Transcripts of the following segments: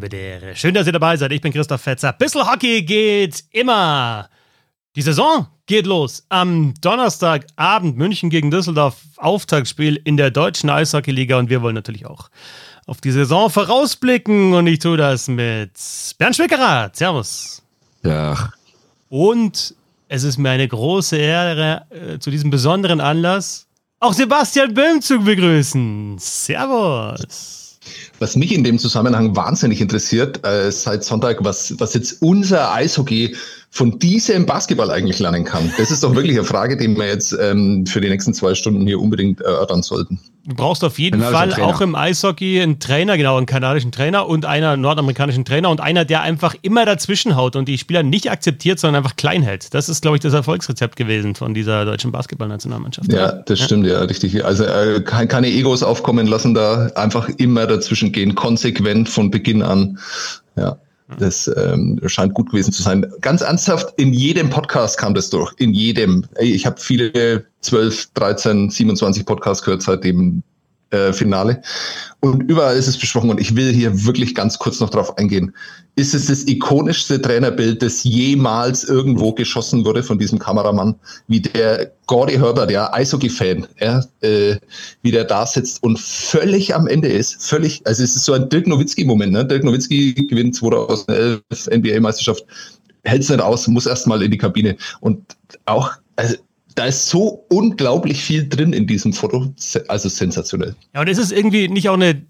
Arrivederci. Schön, dass ihr dabei seid. Ich bin Christoph Fetzer. Bissl Hockey geht immer. Die Saison geht los. Am Donnerstagabend München gegen Düsseldorf. Auftaktspiel in der deutschen Eishockeyliga. Und wir wollen natürlich auch auf die Saison vorausblicken. Und ich tue das mit Bernd Schwickerath. Servus. Ja. Und es ist mir eine große Ehre, zu diesem besonderen Anlass auch Sebastian Böhm zu begrüßen. Servus. Was mich in dem Zusammenhang wahnsinnig interessiert, seit Sonntag, was jetzt unser Eishockey von diesem Basketball eigentlich lernen kann. Das ist doch wirklich eine Frage, die wir jetzt für die nächsten 2 Stunden hier unbedingt erörtern sollten. Du brauchst auf jeden Fall auch im Eishockey einen Trainer, genau, einen kanadischen Trainer und einen nordamerikanischen Trainer und einer, der einfach immer dazwischen haut und die Spieler nicht akzeptiert, sondern einfach klein hält. Das ist, glaube ich, das Erfolgsrezept gewesen von dieser deutschen Basketballnationalmannschaft. Ja, das stimmt, ja, richtig. Also keine Egos aufkommen lassen, da einfach immer dazwischen gehen, konsequent von Beginn an. Ja. Das scheint gut gewesen zu sein. Ganz ernsthaft, in jedem Podcast kam das durch. In jedem. Ich habe viele 12, 13, 27 Podcasts gehört seit dem Finale. Und überall ist es besprochen. Und ich will hier wirklich ganz kurz noch drauf eingehen. Ist es das ikonischste Trainerbild, das jemals irgendwo geschossen wurde von diesem Kameramann? Wie der Gordy Herbert, ja, Eishockey-Fan, ja, wie der da sitzt und völlig am Ende ist. Völlig, also es ist so ein Dirk Nowitzki-Moment. Ne? Dirk Nowitzki gewinnt 2011 NBA-Meisterschaft, hält es nicht aus, muss erstmal in die Kabine. Und auch, also da ist so unglaublich viel drin in diesem Foto, also sensationell. Ja, und ist es irgendwie nicht auch eine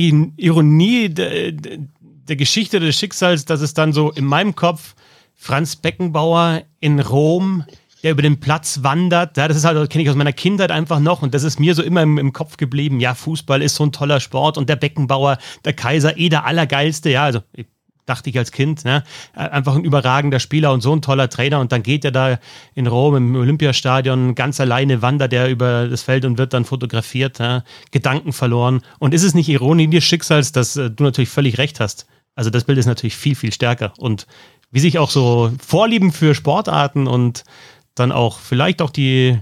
Ironie der Geschichte des Schicksals, dass es dann so in meinem Kopf Franz Beckenbauer in Rom, der über den Platz wandert, ja, das ist halt, kenne ich aus meiner Kindheit einfach noch und das ist mir so immer im Kopf geblieben, ja, Fußball ist so ein toller Sport und der Beckenbauer, der Kaiser, der Allergeilste, ja, also dachte ich als Kind, ne? Einfach ein überragender Spieler und so ein toller Trainer und dann geht er da in Rom im Olympiastadion ganz alleine, wandert er über das Feld und wird dann fotografiert, ne? Gedanken verloren. Und ist es nicht Ironie des Schicksals, dass du natürlich völlig recht hast? Also das Bild ist natürlich viel, viel stärker und wie sich auch so Vorlieben für Sportarten und dann auch vielleicht auch die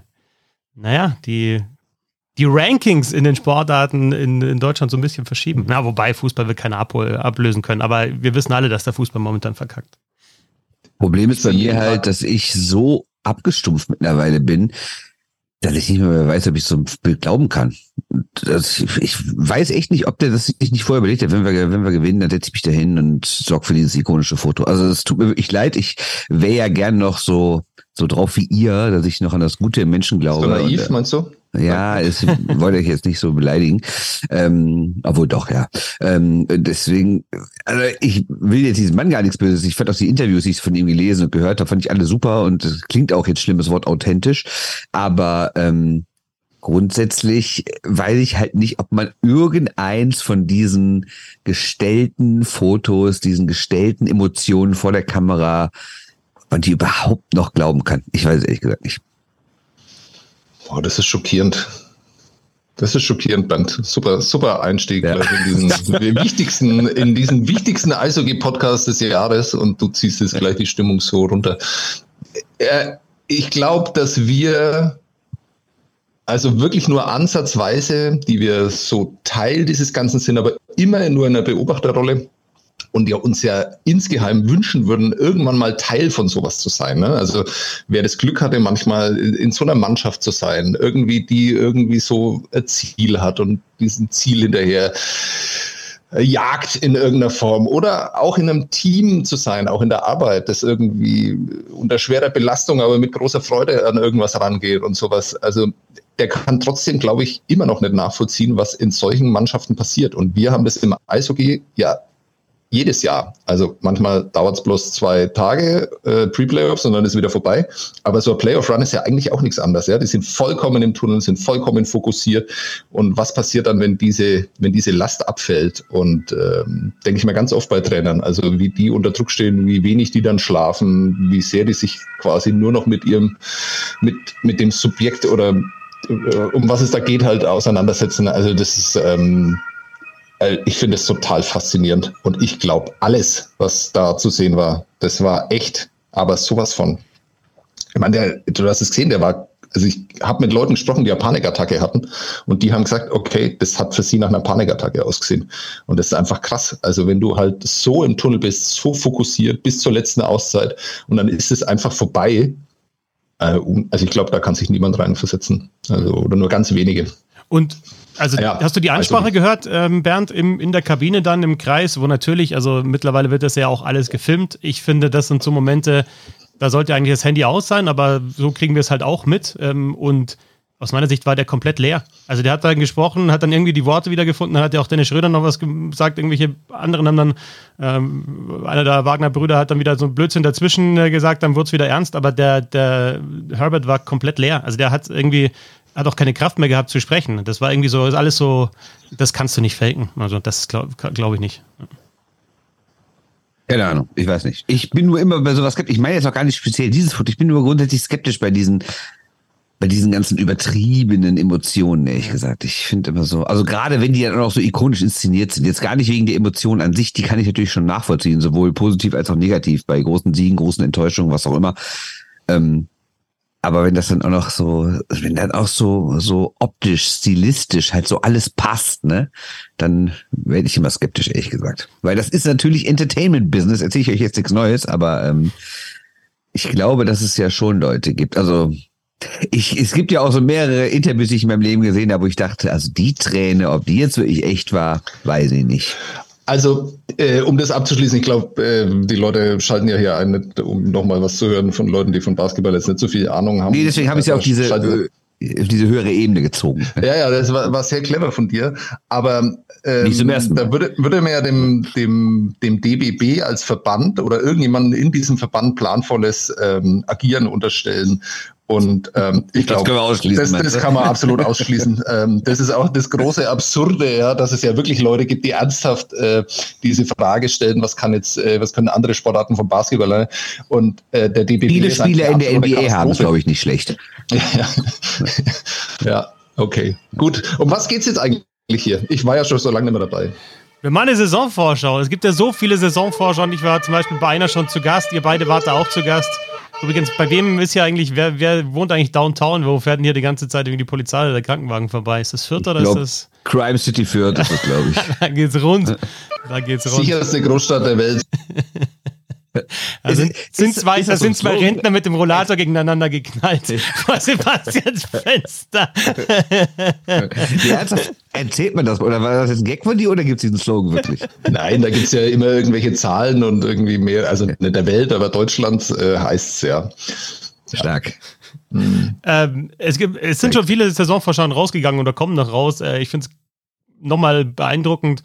Rankings in den Sportarten in Deutschland so ein bisschen verschieben. Na, wobei Fußball wird keiner ablösen können, aber wir wissen alle, dass der Fußball momentan verkackt. Problem ist bei mir halt, dass ich so abgestumpft mittlerweile bin, dass ich nicht mehr weiß, ob ich so ein Bild glauben kann. Ich weiß echt nicht, ob der das sich nicht vorher überlegt hat. Wenn wir gewinnen, dann setze ich mich da hin und sorge für dieses ikonische Foto. Also es tut mir wirklich leid. Ich wäre ja gern noch so drauf wie ihr, dass ich noch an das Gute im Menschen glaube. So naiv, meinst du? Ja, das wollte ich jetzt nicht so beleidigen. Obwohl doch, ja. Deswegen, also ich will jetzt diesem Mann gar nichts Böses. Ich fand auch die Interviews, die ich von ihm gelesen und gehört habe, fand ich alle super und es klingt auch jetzt schlimmes Wort authentisch. Aber grundsätzlich weiß ich halt nicht, ob man irgendeins von diesen gestellten Fotos, diesen gestellten Emotionen vor der Kamera, man die überhaupt noch glauben kann. Ich weiß es ehrlich gesagt nicht. Boah, das ist schockierend. Das ist schockierend, Bernd. Super Einstieg, ja. in diesen wichtigsten Eishockey-Podcast des Jahres und du ziehst jetzt gleich die Stimmung so runter. Ich glaube, dass wir also wirklich nur ansatzweise, die wir so Teil dieses Ganzen sind, aber immer nur in einer Beobachterrolle und ja uns ja insgeheim wünschen würden, irgendwann mal Teil von sowas zu sein. Ne? Also wer das Glück hatte, manchmal in so einer Mannschaft zu sein, die irgendwie so ein Ziel hat und diesen Ziel hinterher jagt in irgendeiner Form oder auch in einem Team zu sein, auch in der Arbeit, das irgendwie unter schwerer Belastung, aber mit großer Freude an irgendwas rangeht und sowas. Also der kann trotzdem, glaube ich, immer noch nicht nachvollziehen, was in solchen Mannschaften passiert. Und wir haben das im Eishockey ja jedes Jahr. Also manchmal dauert es bloß 2 Tage Pre-Playoffs und dann ist es wieder vorbei. Aber so ein Playoff-Run ist ja eigentlich auch nichts anderes. Ja? Die sind vollkommen im Tunnel, sind vollkommen fokussiert. Und was passiert dann, wenn diese Last abfällt? Und denke ich mir ganz oft bei Trainern, also wie die unter Druck stehen, wie wenig die dann schlafen, wie sehr die sich quasi nur noch mit dem Subjekt oder um was es da geht halt auseinandersetzen. Also das ist ich finde es total faszinierend und ich glaube, alles, was da zu sehen war, das war echt, aber sowas von. Ich meine, du hast es gesehen, der war Also ich habe mit Leuten gesprochen, die eine Panikattacke hatten und die haben gesagt, okay, das hat für sie nach einer Panikattacke ausgesehen. Und das ist einfach krass. Also wenn du halt so im Tunnel bist, so fokussiert bis zur letzten Auszeit und dann ist es einfach vorbei. Also ich glaube, da kann sich niemand reinversetzen. Also, oder nur ganz wenige. Und also hast du die Ansprache gehört, Bernd, in der Kabine dann im Kreis, wo natürlich, also mittlerweile wird das ja auch alles gefilmt. Ich finde, das sind so Momente, da sollte eigentlich das Handy aus sein, aber so kriegen wir es halt auch mit. Und aus meiner Sicht war der komplett leer. Also der hat dann gesprochen, hat dann irgendwie die Worte wiedergefunden, dann hat ja auch Dennis Schröder noch was gesagt, irgendwelche anderen haben dann, einer der Wagner-Brüder hat dann wieder so ein Blödsinn dazwischen gesagt, dann wurde es wieder ernst, aber der Herbert war komplett leer. Also der hat auch keine Kraft mehr gehabt zu sprechen. Das war irgendwie so, ist alles so, das kannst du nicht faken. Also das glaube ich nicht. Keine Ahnung, ich weiß nicht. Ich bin nur immer bei sowas skeptisch. Ich meine jetzt auch gar nicht speziell dieses Foto. Ich bin nur grundsätzlich skeptisch bei diesen ganzen übertriebenen Emotionen, ehrlich gesagt. Ich finde immer so, also gerade wenn die dann auch so ikonisch inszeniert sind, jetzt gar nicht wegen der Emotionen an sich, die kann ich natürlich schon nachvollziehen, sowohl positiv als auch negativ, bei großen Siegen, großen Enttäuschungen, was auch immer. Aber wenn das dann auch noch so optisch, stilistisch halt so alles passt, ne, dann werde ich immer skeptisch, ehrlich gesagt. Weil das ist natürlich Entertainment-Business, erzähle ich euch jetzt nichts Neues, aber ich glaube, dass es ja schon Leute gibt. Also es gibt ja auch so mehrere Interviews, die ich in meinem Leben gesehen habe, wo ich dachte, also die Träne, ob die jetzt wirklich echt war, weiß ich nicht. Also, um das abzuschließen, ich glaube, die Leute schalten ja hier ein, um nochmal was zu hören von Leuten, die von Basketball jetzt nicht so viel Ahnung haben. Nee, deswegen habe ich ja auch diese höhere Ebene gezogen. Ja, das war sehr clever von dir. Aber nicht zum ersten Mal. Da würde man ja dem DBB als Verband oder irgendjemanden in diesem Verband planvolles Agieren unterstellen. Und ich glaube, das kann man absolut ausschließen. Das ist auch das große Absurde, ja, dass es ja wirklich Leute gibt, die ernsthaft diese Frage stellen, was können andere Sportarten vom Basketball? Und der DBB viele Spieler in der NBA haben es, glaube ich, nicht schlecht. Ja, okay. Gut. Um was geht's jetzt eigentlich hier? Ich war ja schon so lange nicht mehr dabei. Wir machen eine Saisonvorschau. Es gibt ja so viele Saisonvorschauen. Ich war zum Beispiel bei einer schon zu Gast. Ihr beide wart da auch zu Gast. Übrigens, bei wem ist ja eigentlich, wer wohnt eigentlich Downtown? Wo fährt denn hier die ganze Zeit irgendwie die Polizei oder der Krankenwagen vorbei? Ist das Fürth oder ist das? Crime City Fürth ist das, glaube ich. Da geht's rund. Sicherste Großstadt der Welt. Also sind zwei Rentner mit dem Rollator gegeneinander geknallt vor Sebastians Fenster. Erzählt man das? Oder war das jetzt ein Gag von dir oder gibt es diesen Slogan wirklich? Sind ja immer irgendwelche Zahlen und irgendwie mehr, also nicht der Welt, aber Deutschlands heißt es ja. Stark. Es sind schon viele Saisonvorschauen rausgegangen oder kommen noch raus. Ich finde es nochmal beeindruckender,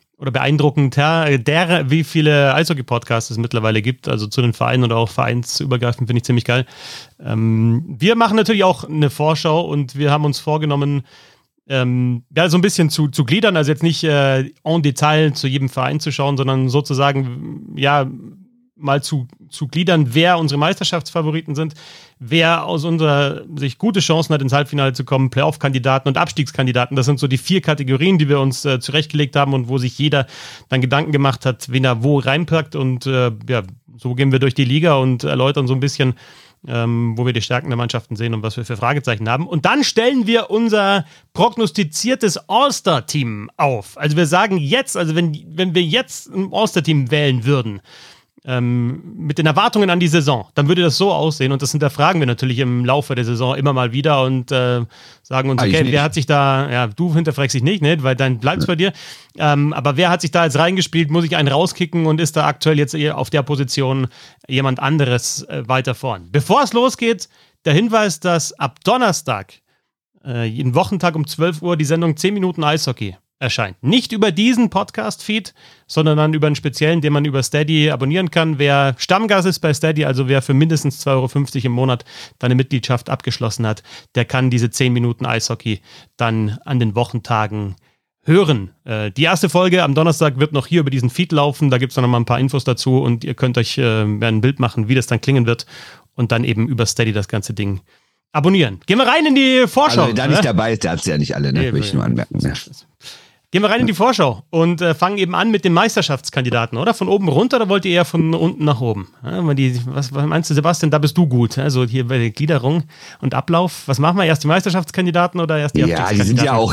wie viele Eishockey-Podcasts es mittlerweile gibt, also zu den Vereinen oder auch vereinsübergreifend, finde ich ziemlich geil. Wir machen natürlich auch eine Vorschau und wir haben uns vorgenommen, so ein bisschen zu gliedern, also jetzt nicht en Detail zu jedem Verein zu schauen, sondern sozusagen, mal zu gliedern, wer unsere Meisterschaftsfavoriten sind, wer aus unserer Sicht gute Chancen hat, ins Halbfinale zu kommen, Playoff-Kandidaten und Abstiegskandidaten. Das sind so die 4 Kategorien, die wir uns zurechtgelegt haben und wo sich jeder dann Gedanken gemacht hat, wen er wo reinpackt. Und so gehen wir durch die Liga und erläutern so ein bisschen, wo wir die Stärken der Mannschaften sehen und was wir für Fragezeichen haben. Und dann stellen wir unser prognostiziertes All-Star-Team auf. Also wir sagen jetzt, also wenn wir jetzt ein All-Star-Team wählen würden, mit den Erwartungen an die Saison, dann würde das so aussehen und das hinterfragen wir natürlich im Laufe der Saison immer mal wieder und sagen uns, okay, wer hat sich da, du hinterfragst dich nicht, ne, weil dann bleibt's bei dir, aber wer hat sich da jetzt reingespielt, muss ich einen rauskicken und ist da aktuell jetzt auf der Position jemand anderes weiter vorn. Bevor es losgeht, der Hinweis, dass ab Donnerstag, jeden Wochentag um 12 Uhr, die Sendung 10 Minuten Eishockey erscheint. Nicht über diesen Podcast-Feed, sondern dann über einen speziellen, den man über Steady abonnieren kann. Wer Stammgast ist bei Steady, also wer für mindestens 2,50 € im Monat deine Mitgliedschaft abgeschlossen hat, der kann diese 10 Minuten Eishockey dann an den Wochentagen hören. Die erste Folge am Donnerstag wird noch hier über diesen Feed laufen. Da gibt es noch mal ein paar Infos dazu und ihr könnt euch ein Bild machen, wie das dann klingen wird und dann eben über Steady das ganze Ding abonnieren. Gehen wir rein in die Vorschau. Also, wer da nicht dabei ist, der hat es ja nicht alle, ne? Will ich nur anmerken. Ne? Gehen wir rein in die Vorschau und fangen eben an mit den Meisterschaftskandidaten, oder? Von oben runter oder wollt ihr eher von unten nach oben? Ja, was meinst du, Sebastian? Da bist du gut. Also hier bei der Gliederung und Ablauf. Was machen wir? Erst die Meisterschaftskandidaten oder erst die Abstiegskandidaten? Ja, die sind ja auch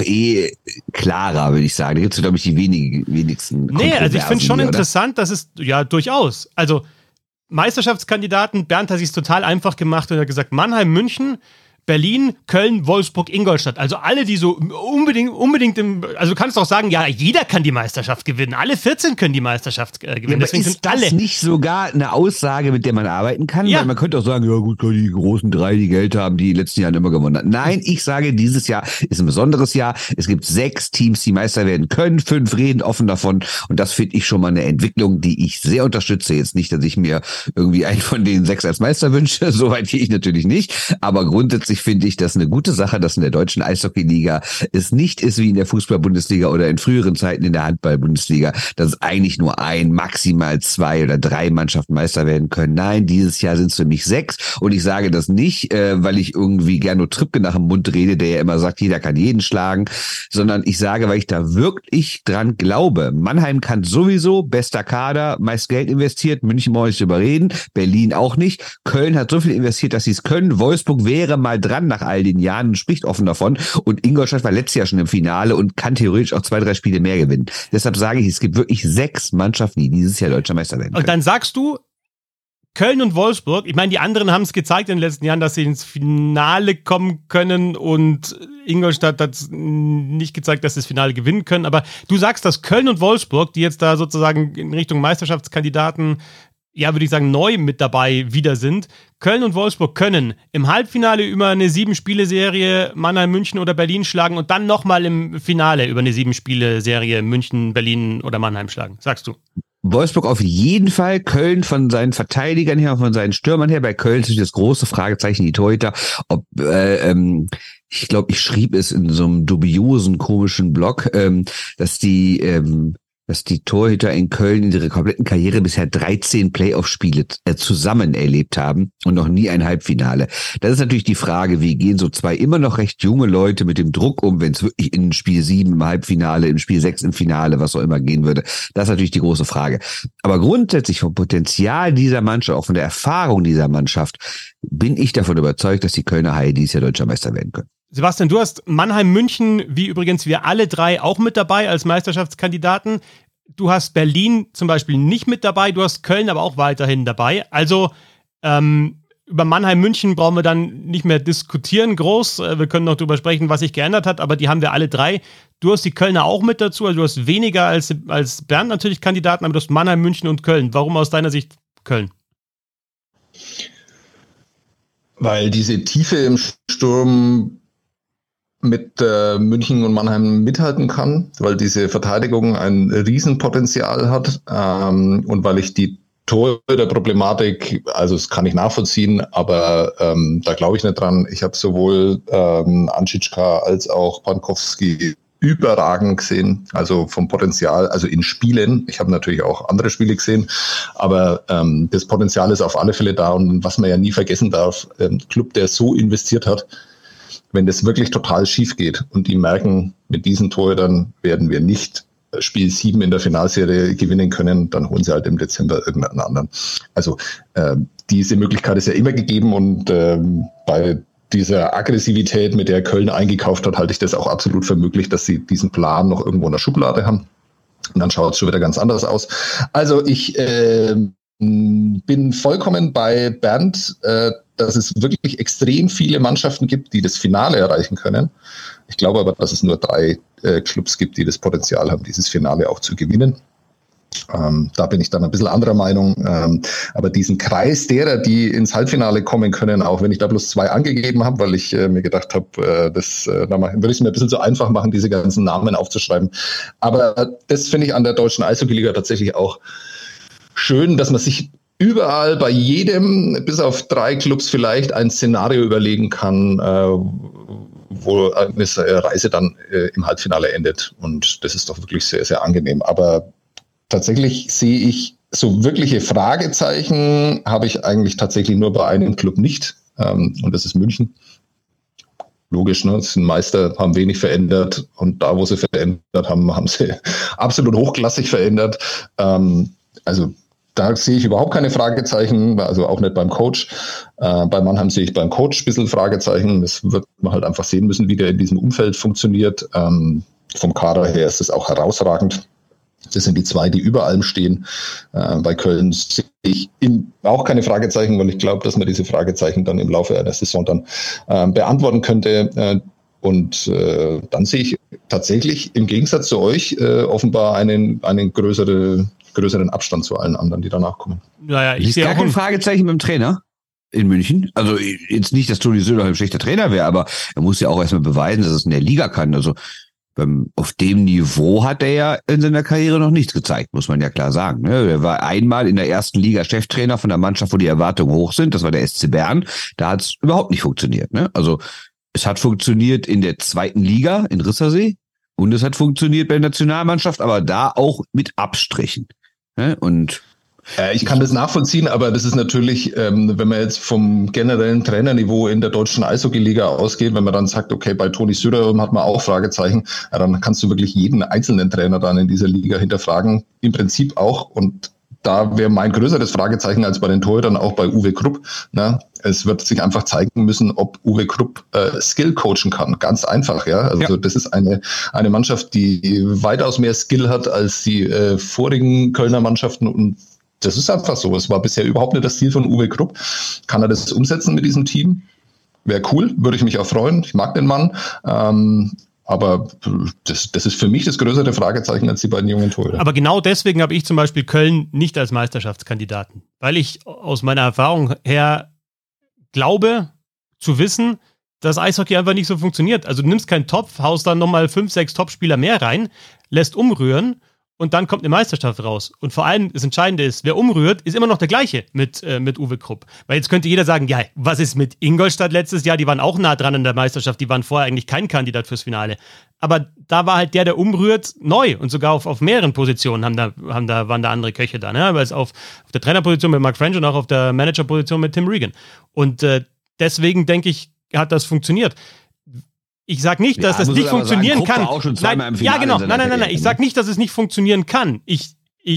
klarer, würde ich sagen. Da gibt es, glaube ich, die wenigsten. Nee, also ich finde schon interessant, dass es, ja, durchaus. Also Meisterschaftskandidaten, Bernd hat sich total einfach gemacht und hat gesagt, Mannheim, München, Berlin, Köln, Wolfsburg, Ingolstadt. Also alle, die so unbedingt also du kannst auch sagen, ja, jeder kann die Meisterschaft gewinnen. Alle 14 können die Meisterschaft gewinnen. Ja, deswegen ist das nicht sogar eine Aussage, mit der man arbeiten kann? Ja. Weil man könnte auch sagen, ja gut, die großen drei, die Geld haben, die in den letzten Jahren immer gewonnen haben. Nein, ich sage, dieses Jahr ist ein besonderes Jahr. Es gibt 6 Teams, die Meister werden können. 5 reden offen davon. Und das finde ich schon mal eine Entwicklung, die ich sehr unterstütze. Jetzt nicht, dass ich mir irgendwie einen von den 6 als Meister wünsche. Soweit gehe ich natürlich nicht. Aber grundsätzlich finde ich das eine gute Sache, dass in der deutschen Eishockey-Liga es nicht ist wie in der Fußball-Bundesliga oder in früheren Zeiten in der Handball-Bundesliga, dass es eigentlich nur maximal 2 oder 3 Mannschaften Meister werden können. Nein, dieses Jahr sind es für mich 6 und ich sage das nicht, weil ich irgendwie Gernot Trippke nach dem Mund rede, der ja immer sagt, jeder kann jeden schlagen, sondern ich sage, weil ich da wirklich dran glaube. Mannheim kann sowieso, bester Kader, meist Geld investiert, München brauche ich nicht überreden, Berlin auch nicht, Köln hat so viel investiert, dass sie es können, Wolfsburg wäre mal dran nach all den Jahren und spricht offen davon. Und Ingolstadt war letztes Jahr schon im Finale und kann theoretisch auch 2, 3 Spiele mehr gewinnen. Deshalb sage ich, es gibt wirklich 6 Mannschaften, die dieses Jahr deutscher Meister werden können. Und dann sagst du, Köln und Wolfsburg, ich meine, die anderen haben es gezeigt in den letzten Jahren, dass sie ins Finale kommen können und Ingolstadt hat nicht gezeigt, dass sie das Finale gewinnen können. Aber du sagst, dass Köln und Wolfsburg, die jetzt da sozusagen in Richtung Meisterschaftskandidaten, ja, würde ich sagen, neu mit dabei wieder sind. Köln und Wolfsburg können im Halbfinale über eine 7-Spiele-Serie Mannheim, München oder Berlin schlagen und dann nochmal im Finale über eine 7-Spiele-Serie München, Berlin oder Mannheim schlagen, sagst du? Wolfsburg auf jeden Fall, Köln von seinen Verteidigern her, von seinen Stürmern her. Bei Köln ist das große Fragezeichen die Torhüter. Ich glaube, ich schrieb es in so einem dubiosen, komischen Blog, dass die Torhüter in Köln in ihrer kompletten Karriere bisher 13 Playoff-Spiele zusammen erlebt haben und noch nie ein Halbfinale. Das ist natürlich die Frage, wie gehen so 2 immer noch recht junge Leute mit dem Druck um, wenn es wirklich in Spiel 7 im Halbfinale, im Spiel 6 im Finale, was auch immer gehen würde. Das ist natürlich die große Frage. Aber grundsätzlich vom Potenzial dieser Mannschaft, auch von der Erfahrung dieser Mannschaft, bin ich davon überzeugt, dass die Kölner Haie dieses Jahr deutscher Meister werden können. Sebastian, du hast Mannheim, München, wie übrigens wir alle 3 auch mit dabei als Meisterschaftskandidaten. Du hast Berlin zum Beispiel nicht mit dabei, du hast Köln aber auch weiterhin dabei. Also über Mannheim, München brauchen wir dann nicht mehr diskutieren groß. Wir können noch darüber sprechen, was sich geändert hat, aber die haben wir alle 3. Du hast die Kölner auch mit dazu, also du hast weniger als Bernd natürlich Kandidaten, aber du hast Mannheim, München und Köln. Warum aus deiner Sicht Köln? Weil diese Tiefe im Sturm mit München und Mannheim mithalten kann, weil diese Verteidigung ein Riesenpotenzial hat und weil ich die Torhüter-Problematik, also das kann ich nachvollziehen, aber da glaube ich nicht dran. Ich habe sowohl Anschitschka als auch Pankowski überragend gesehen, also vom Potenzial, also in Spielen. Ich habe natürlich auch andere Spiele gesehen, aber das Potenzial ist auf alle Fälle da und was man ja nie vergessen darf, ein Club, der so investiert hat, wenn das wirklich total schief geht und die merken, mit diesen Torhütern werden wir nicht Spiel 7 in der Finalserie gewinnen können, dann holen sie halt im Dezember irgendeinen anderen. Also diese Möglichkeit ist ja immer gegeben und bei dieser Aggressivität, mit der Köln eingekauft hat, halte ich das auch absolut für möglich, dass sie diesen Plan noch irgendwo in der Schublade haben. Und dann schaut es schon wieder ganz anders aus. Also ich bin vollkommen bei Bernd, dass es wirklich extrem viele Mannschaften gibt, die das Finale erreichen können. Ich glaube aber, dass es nur 3 Clubs gibt, die das Potenzial haben, dieses Finale auch zu gewinnen. Da bin ich dann ein bisschen anderer Meinung. Aber diesen Kreis derer, die ins Halbfinale kommen können, auch wenn ich da bloß 2 angegeben habe, weil ich mir gedacht habe, würde ich es mir ein bisschen so einfach machen, diese ganzen Namen aufzuschreiben. Aber das finde ich an der deutschen Eishockey-Liga tatsächlich auch schön, dass man sich überall bei jedem, bis auf 3 Clubs vielleicht, ein Szenario überlegen kann, wo eine Reise dann im Halbfinale endet. Und das ist doch wirklich sehr, sehr angenehm. Aber tatsächlich sehe ich so wirkliche Fragezeichen, habe ich eigentlich tatsächlich nur bei einem Club nicht. Und das ist München. logisch, ne? Das sind Meister, haben wenig verändert und da, wo sie verändert haben, haben sie absolut hochklassig verändert. Also da sehe ich überhaupt keine Fragezeichen, also auch nicht beim Coach. Bei Mannheim sehe ich beim Coach ein bisschen Fragezeichen. Das wird man halt einfach sehen müssen, wie der in diesem Umfeld funktioniert. Vom Kader her ist es auch herausragend. Das sind die zwei, die über allem stehen. Bei Köln sehe ich auch keine Fragezeichen, weil ich glaube, dass man diese Fragezeichen dann im Laufe einer Saison dann beantworten könnte. Und dann sehe ich tatsächlich im Gegensatz zu euch offenbar einen größeren Abstand zu allen anderen, die danach kommen. Naja, ich sehe gar kein Fragezeichen beim Trainer in München. Also jetzt nicht, dass Toni Söderholm ein schlechter Trainer wäre, aber er muss ja auch erstmal beweisen, dass es in der Liga kann. Also auf dem Niveau hat er ja in seiner Karriere noch nichts gezeigt, muss man ja klar sagen. Er war einmal in der ersten Liga Cheftrainer von der Mannschaft, wo die Erwartungen hoch sind. Das war der SC Bern. Da hat es überhaupt nicht funktioniert. Also es hat funktioniert in der zweiten Liga in Rissersee und es hat funktioniert bei der Nationalmannschaft, aber da auch mit Abstrichen. Und ich kann das nachvollziehen, aber das ist natürlich, wenn man jetzt vom generellen Trainerniveau in der deutschen Eishockey-Liga ausgeht, wenn man dann sagt, okay, bei Toni Söderholm hat man auch Fragezeichen, dann kannst du wirklich jeden einzelnen Trainer dann in dieser Liga hinterfragen, im Prinzip auch. Und da wäre mein größeres Fragezeichen als bei den Torhütern auch bei Uwe Krupp. Ne? Es wird sich einfach zeigen müssen, ob Uwe Krupp Skill coachen kann. Ganz einfach, ja. Also das ist eine Mannschaft, die weitaus mehr Skill hat als die vorigen Kölner Mannschaften und das ist einfach so. Es war bisher überhaupt nicht das Ziel von Uwe Krupp. Kann er das umsetzen mit diesem Team? Wäre cool, würde ich mich auch freuen. Ich mag den Mann. Aber das ist für mich das größere Fragezeichen als die beiden jungen Torhüter. Aber genau deswegen habe ich zum Beispiel Köln nicht als Meisterschaftskandidaten. Weil ich aus meiner Erfahrung her glaube, zu wissen, dass Eishockey einfach nicht so funktioniert. Also du nimmst keinen Topf, haust dann nochmal 5, 6 Topspieler mehr rein, lässt umrühren und dann kommt eine Meisterschaft raus. Und vor allem, das Entscheidende ist, wer umrührt, ist immer noch der gleiche mit Uwe Krupp. Weil jetzt könnte jeder sagen, ja, was ist mit Ingolstadt letztes Jahr? Die waren auch nah dran an der Meisterschaft, die waren vorher eigentlich kein Kandidat fürs Finale. Aber da war halt der umrührt, neu. Und sogar auf mehreren Positionen waren da andere Köche da. Ne? Weil es auf der Trainerposition mit Mark French und auch auf der Managerposition mit Tim Regan. Und deswegen denke ich, hat das funktioniert. Ich sage nicht, dass das nicht funktionieren kann. Nein, ja, genau. Nein. Ich sage nicht, dass es nicht funktionieren kann. Ich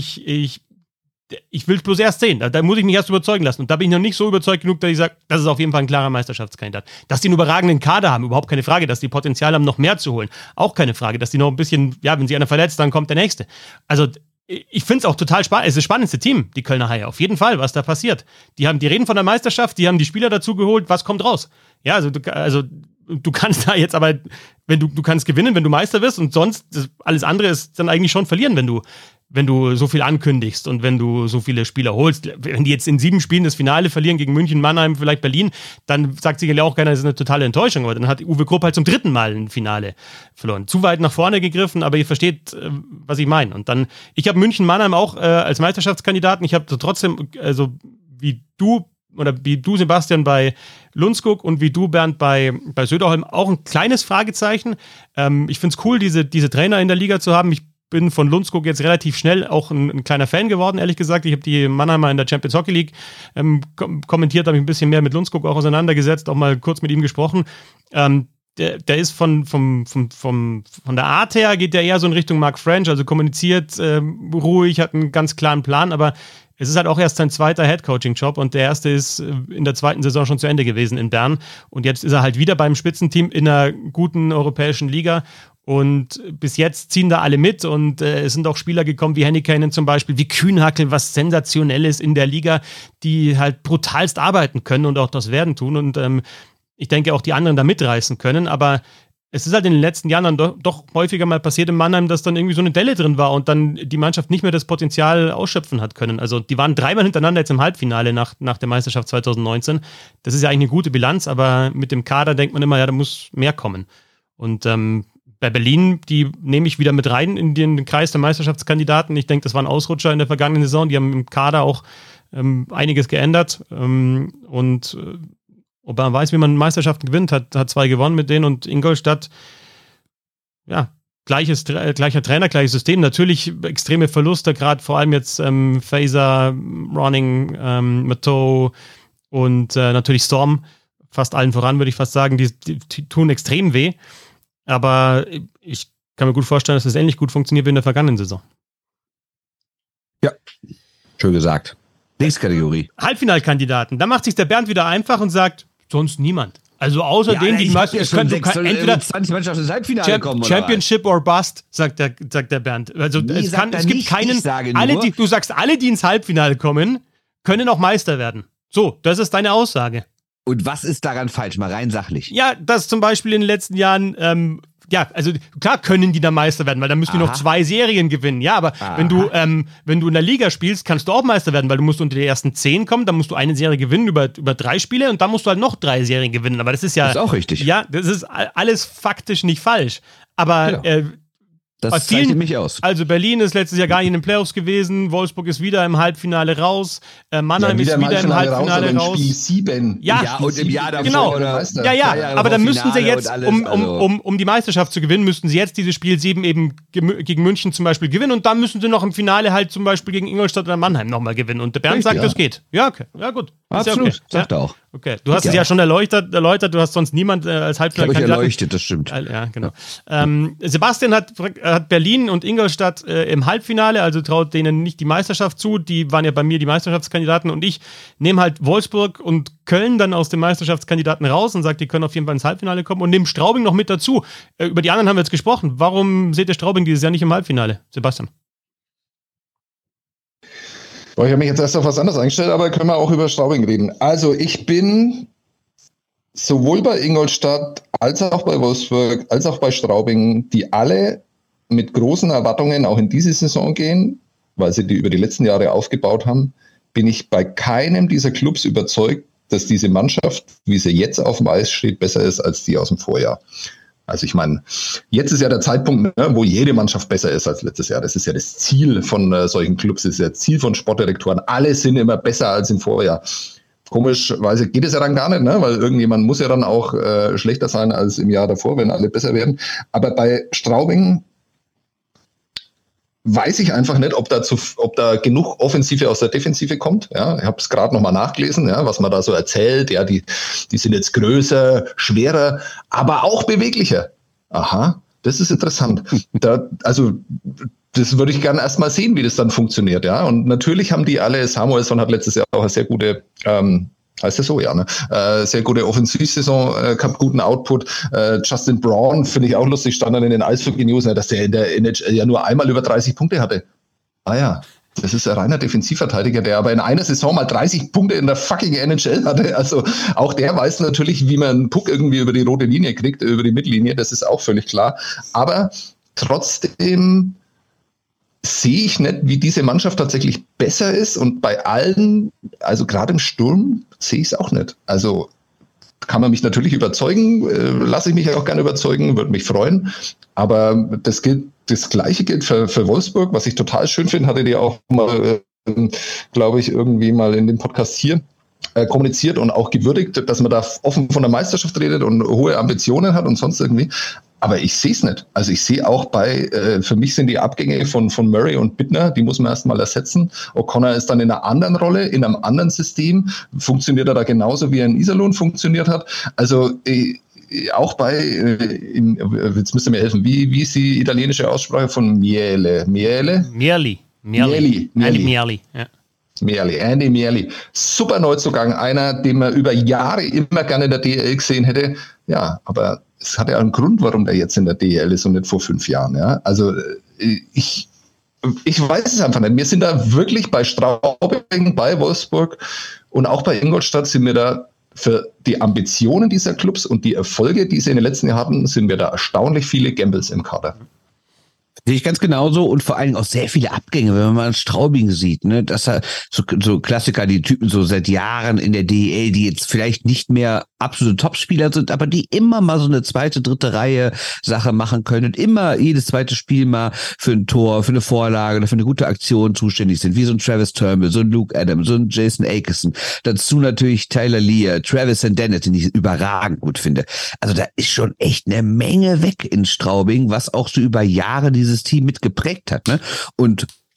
will es bloß erst sehen. Da muss ich mich erst überzeugen lassen. Und da bin ich noch nicht so überzeugt genug, dass ich sage, das ist auf jeden Fall ein klarer Meisterschaftskandidat. Dass die einen überragenden Kader haben, überhaupt keine Frage. Dass die Potenzial haben, noch mehr zu holen, auch keine Frage. Dass die noch ein bisschen, ja, wenn sich einer verletzt, dann kommt der Nächste. Also ich finde es auch total spannend. Es ist das spannendste Team, die Kölner Haie. Auf jeden Fall, was da passiert. Die reden von der Meisterschaft, die haben die Spieler dazu geholt. Was kommt raus? Ja, also du kannst da jetzt aber, wenn du kannst gewinnen, wenn du Meister wirst und sonst alles andere ist dann eigentlich schon verlieren, wenn du so viel ankündigst und wenn du so viele Spieler holst. Wenn die jetzt in 7 Spielen das Finale verlieren gegen München, Mannheim, vielleicht Berlin, dann sagt sicherlich auch keiner, das ist eine totale Enttäuschung. Aber dann hat Uwe Krupp halt zum 3. Mal ein Finale verloren. Zu weit nach vorne gegriffen, aber ihr versteht, was ich meine. Und dann, ich habe München, Mannheim auch als Meisterschaftskandidaten. Ich habe so trotzdem, also wie du, Sebastian, bei Lundskog und wie du, Bernd, bei Söderholm auch ein kleines Fragezeichen. Ich finde es cool, diese Trainer in der Liga zu haben. Ich bin von Lundskog jetzt relativ schnell auch ein kleiner Fan geworden, ehrlich gesagt. Ich habe die Mannheimer in der Champions Hockey League kommentiert, habe mich ein bisschen mehr mit Lundskog auch auseinandergesetzt, auch mal kurz mit ihm gesprochen. Der ist von der Art her, geht der eher so in Richtung Mark French, also kommuniziert ruhig, hat einen ganz klaren Plan, aber es ist halt auch erst sein 2. Head-Coaching-Job und der erste ist in der 2. Saison schon zu Ende gewesen in Bern. Und jetzt ist er halt wieder beim Spitzenteam in einer guten europäischen Liga. Und bis jetzt ziehen da alle mit und es sind auch Spieler gekommen wie Hennikainen zum Beispiel, wie Kühnhackel, was Sensationelles in der Liga, die halt brutalst arbeiten können und auch das werden tun. Und ich denke auch die anderen da mitreißen können, aber es ist halt in den letzten Jahren dann doch häufiger mal passiert in Mannheim, dass dann irgendwie so eine Delle drin war und dann die Mannschaft nicht mehr das Potenzial ausschöpfen hat können. Also die waren 3-mal hintereinander jetzt im Halbfinale nach der Meisterschaft 2019. Das ist ja eigentlich eine gute Bilanz, aber mit dem Kader denkt man immer, ja, da muss mehr kommen. Und bei Berlin, die nehme ich wieder mit rein in den Kreis der Meisterschaftskandidaten. Ich denke, das war ein Ausrutscher in der vergangenen Saison. Die haben im Kader auch einiges geändert ob man weiß, wie man Meisterschaften gewinnt, hat 2 gewonnen mit denen und Ingolstadt, ja, gleicher Trainer, gleiches System. Natürlich extreme Verluste, gerade vor allem jetzt Fazer, Ronning, Matteau und natürlich Storm fast allen voran, würde ich fast sagen, die tun extrem weh. Aber ich kann mir gut vorstellen, dass es ähnlich gut funktioniert wie in der vergangenen Saison. Ja, schön gesagt. Nächste Kategorie. Halbfinalkandidaten. Da macht sich der Bernd wieder einfach und sagt, sonst niemand. Also außer denen, die meisten, es können entweder 20 Mannschaften ins Halbfinale kommen, Championship or Bust, sagt der Bernd. Also es gibt keinen, du sagst, alle, die ins Halbfinale kommen, können auch Meister werden. So, das ist deine Aussage. Und was ist daran falsch? Mal rein sachlich. Ja, dass zum Beispiel in den letzten Jahren, also klar können die da Meister werden, weil dann müssen die noch 2 Serien gewinnen. Ja, aber wenn du in der Liga spielst, kannst du auch Meister werden, weil du musst unter die ersten 10 kommen, dann musst du eine Serie gewinnen über 3 Spiele und dann musst du halt noch 3 Serien gewinnen. Aber das ist ja... Das ist auch richtig. Ja, das ist alles faktisch nicht falsch. Aber... Genau. Das zeichnet mich aus. Also Berlin ist letztes Jahr gar nicht in den Playoffs gewesen, Wolfsburg ist wieder im Halbfinale raus, Mannheim ist wieder im Halbfinale raus. Spiel 7. Ja, und im Jahr davor. Genau. Oder aber dann müssten sie jetzt, um die Meisterschaft zu gewinnen, müssten sie jetzt dieses Spiel 7 eben gegen München zum Beispiel gewinnen und dann müssen sie noch im Finale halt zum Beispiel gegen Ingolstadt oder Mannheim nochmal gewinnen. Und der Bernd sagt, das geht. Ja, okay. Ja, gut. Absolut, okay. sagt er auch. Okay, du hast es ja schon erläutert, du hast sonst niemand als Halbfinalkandidaten. Ich habe euch erleuchtet, das stimmt. Ja, genau. Sebastian hat Berlin und Ingolstadt im Halbfinale, also traut denen nicht die Meisterschaft zu, die waren ja bei mir die Meisterschaftskandidaten und ich nehme halt Wolfsburg und Köln dann aus den Meisterschaftskandidaten raus und sage, die können auf jeden Fall ins Halbfinale kommen und nehme Straubing noch mit dazu. Über die anderen haben wir jetzt gesprochen. Warum seht ihr Straubing dieses Jahr nicht im Halbfinale, Sebastian? Ich habe mich jetzt erst auf was anderes eingestellt, aber können wir auch über Straubing reden. Also ich bin sowohl bei Ingolstadt als auch bei Wolfsburg als auch bei Straubing, die alle mit großen Erwartungen auch in diese Saison gehen, weil sie die über die letzten Jahre aufgebaut haben, bin ich bei keinem dieser Clubs überzeugt, dass diese Mannschaft, wie sie jetzt auf dem Eis steht, besser ist als die aus dem Vorjahr. Also ich meine, jetzt ist ja der Zeitpunkt, wo jede Mannschaft besser ist als letztes Jahr. Das ist ja das Ziel von solchen Clubs, das ist ja das Ziel von Sportdirektoren. Alle sind immer besser als im Vorjahr. Komischerweise geht es ja dann gar nicht, weil irgendjemand muss ja dann auch schlechter sein als im Jahr davor, wenn alle besser werden. Aber bei Straubing weiß ich einfach nicht, ob da genug Offensive aus der Defensive kommt. Ja, ich habe es gerade nochmal nachgelesen, ja, was man da so erzählt. Ja, die sind jetzt größer, schwerer, aber auch beweglicher. Aha, das ist interessant. Das würde ich gerne erst mal sehen, wie das dann funktioniert. Ja, und natürlich haben die alle, Samuelsson hat letztes Jahr auch eine sehr gute heißt das so, ja, ne? Sehr gute Offensivsaison gehabt, guten Output. Justin Braun, finde ich auch lustig, stand dann in den Eishockey-News, dass der in der NHL ja nur einmal über 30 Punkte hatte. Ah ja, das ist ein reiner Defensivverteidiger, der aber in einer Saison mal 30 Punkte in der fucking NHL hatte. Also auch der weiß natürlich, wie man einen Puck irgendwie über die rote Linie kriegt, über die Mittellinie, das ist auch völlig klar. Aber trotzdem sehe ich nicht, wie diese Mannschaft tatsächlich besser ist und bei allen, also gerade im Sturm, sehe ich es auch nicht. Also kann man mich natürlich überzeugen, lasse ich mich auch gerne überzeugen, würde mich freuen, aber das Gleiche gilt für Wolfsburg, was ich total schön finde, hattet ihr auch mal, glaube ich, irgendwie mal in dem Podcast hier kommuniziert und auch gewürdigt, dass man da offen von der Meisterschaft redet und hohe Ambitionen hat und sonst irgendwie. Aber ich sehe es nicht. Also ich sehe auch für mich sind die Abgänge von Murray und Bittner, die muss man erstmal ersetzen. O'Connor ist dann in einer anderen Rolle, in einem anderen System. Funktioniert er da genauso, wie er in Iserlohn funktioniert hat? Also auch jetzt müsst ihr mir helfen, wie ist die italienische Aussprache von Miele? Mierli, ja. Andy Mierli. Super Neuzugang, einer, den man über Jahre immer gerne in der DL gesehen hätte. Ja, aber es hat ja einen Grund, warum der jetzt in der DL ist und nicht vor 5 Jahren. Ja? Also ich weiß es einfach nicht. Wir sind da wirklich bei Straubing, bei Wolfsburg und auch bei Ingolstadt sind wir da für die Ambitionen dieser Clubs und die Erfolge, die sie in den letzten Jahren hatten, sind wir da erstaunlich viele Gambles im Kader. Sehe ich ganz genauso und vor allen Dingen auch sehr viele Abgänge, wenn man mal Straubing sieht, ne, dass er so Klassiker, die Typen so seit Jahren in der DEL, die jetzt vielleicht nicht mehr absolute Topspieler sind, aber die immer mal so eine zweite, dritte Reihe Sache machen können und immer jedes zweite Spiel mal für ein Tor, für eine Vorlage oder für eine gute Aktion zuständig sind, wie so ein Travis Turnbull, so ein Luke Adams, so ein Jason Akerson. Dazu natürlich Tyler Lear, Travis Dennett, den ich überragend gut finde. Also da ist schon echt eine Menge weg in Straubing, was auch so über Jahre dieses Team mit geprägt hat, ne? Und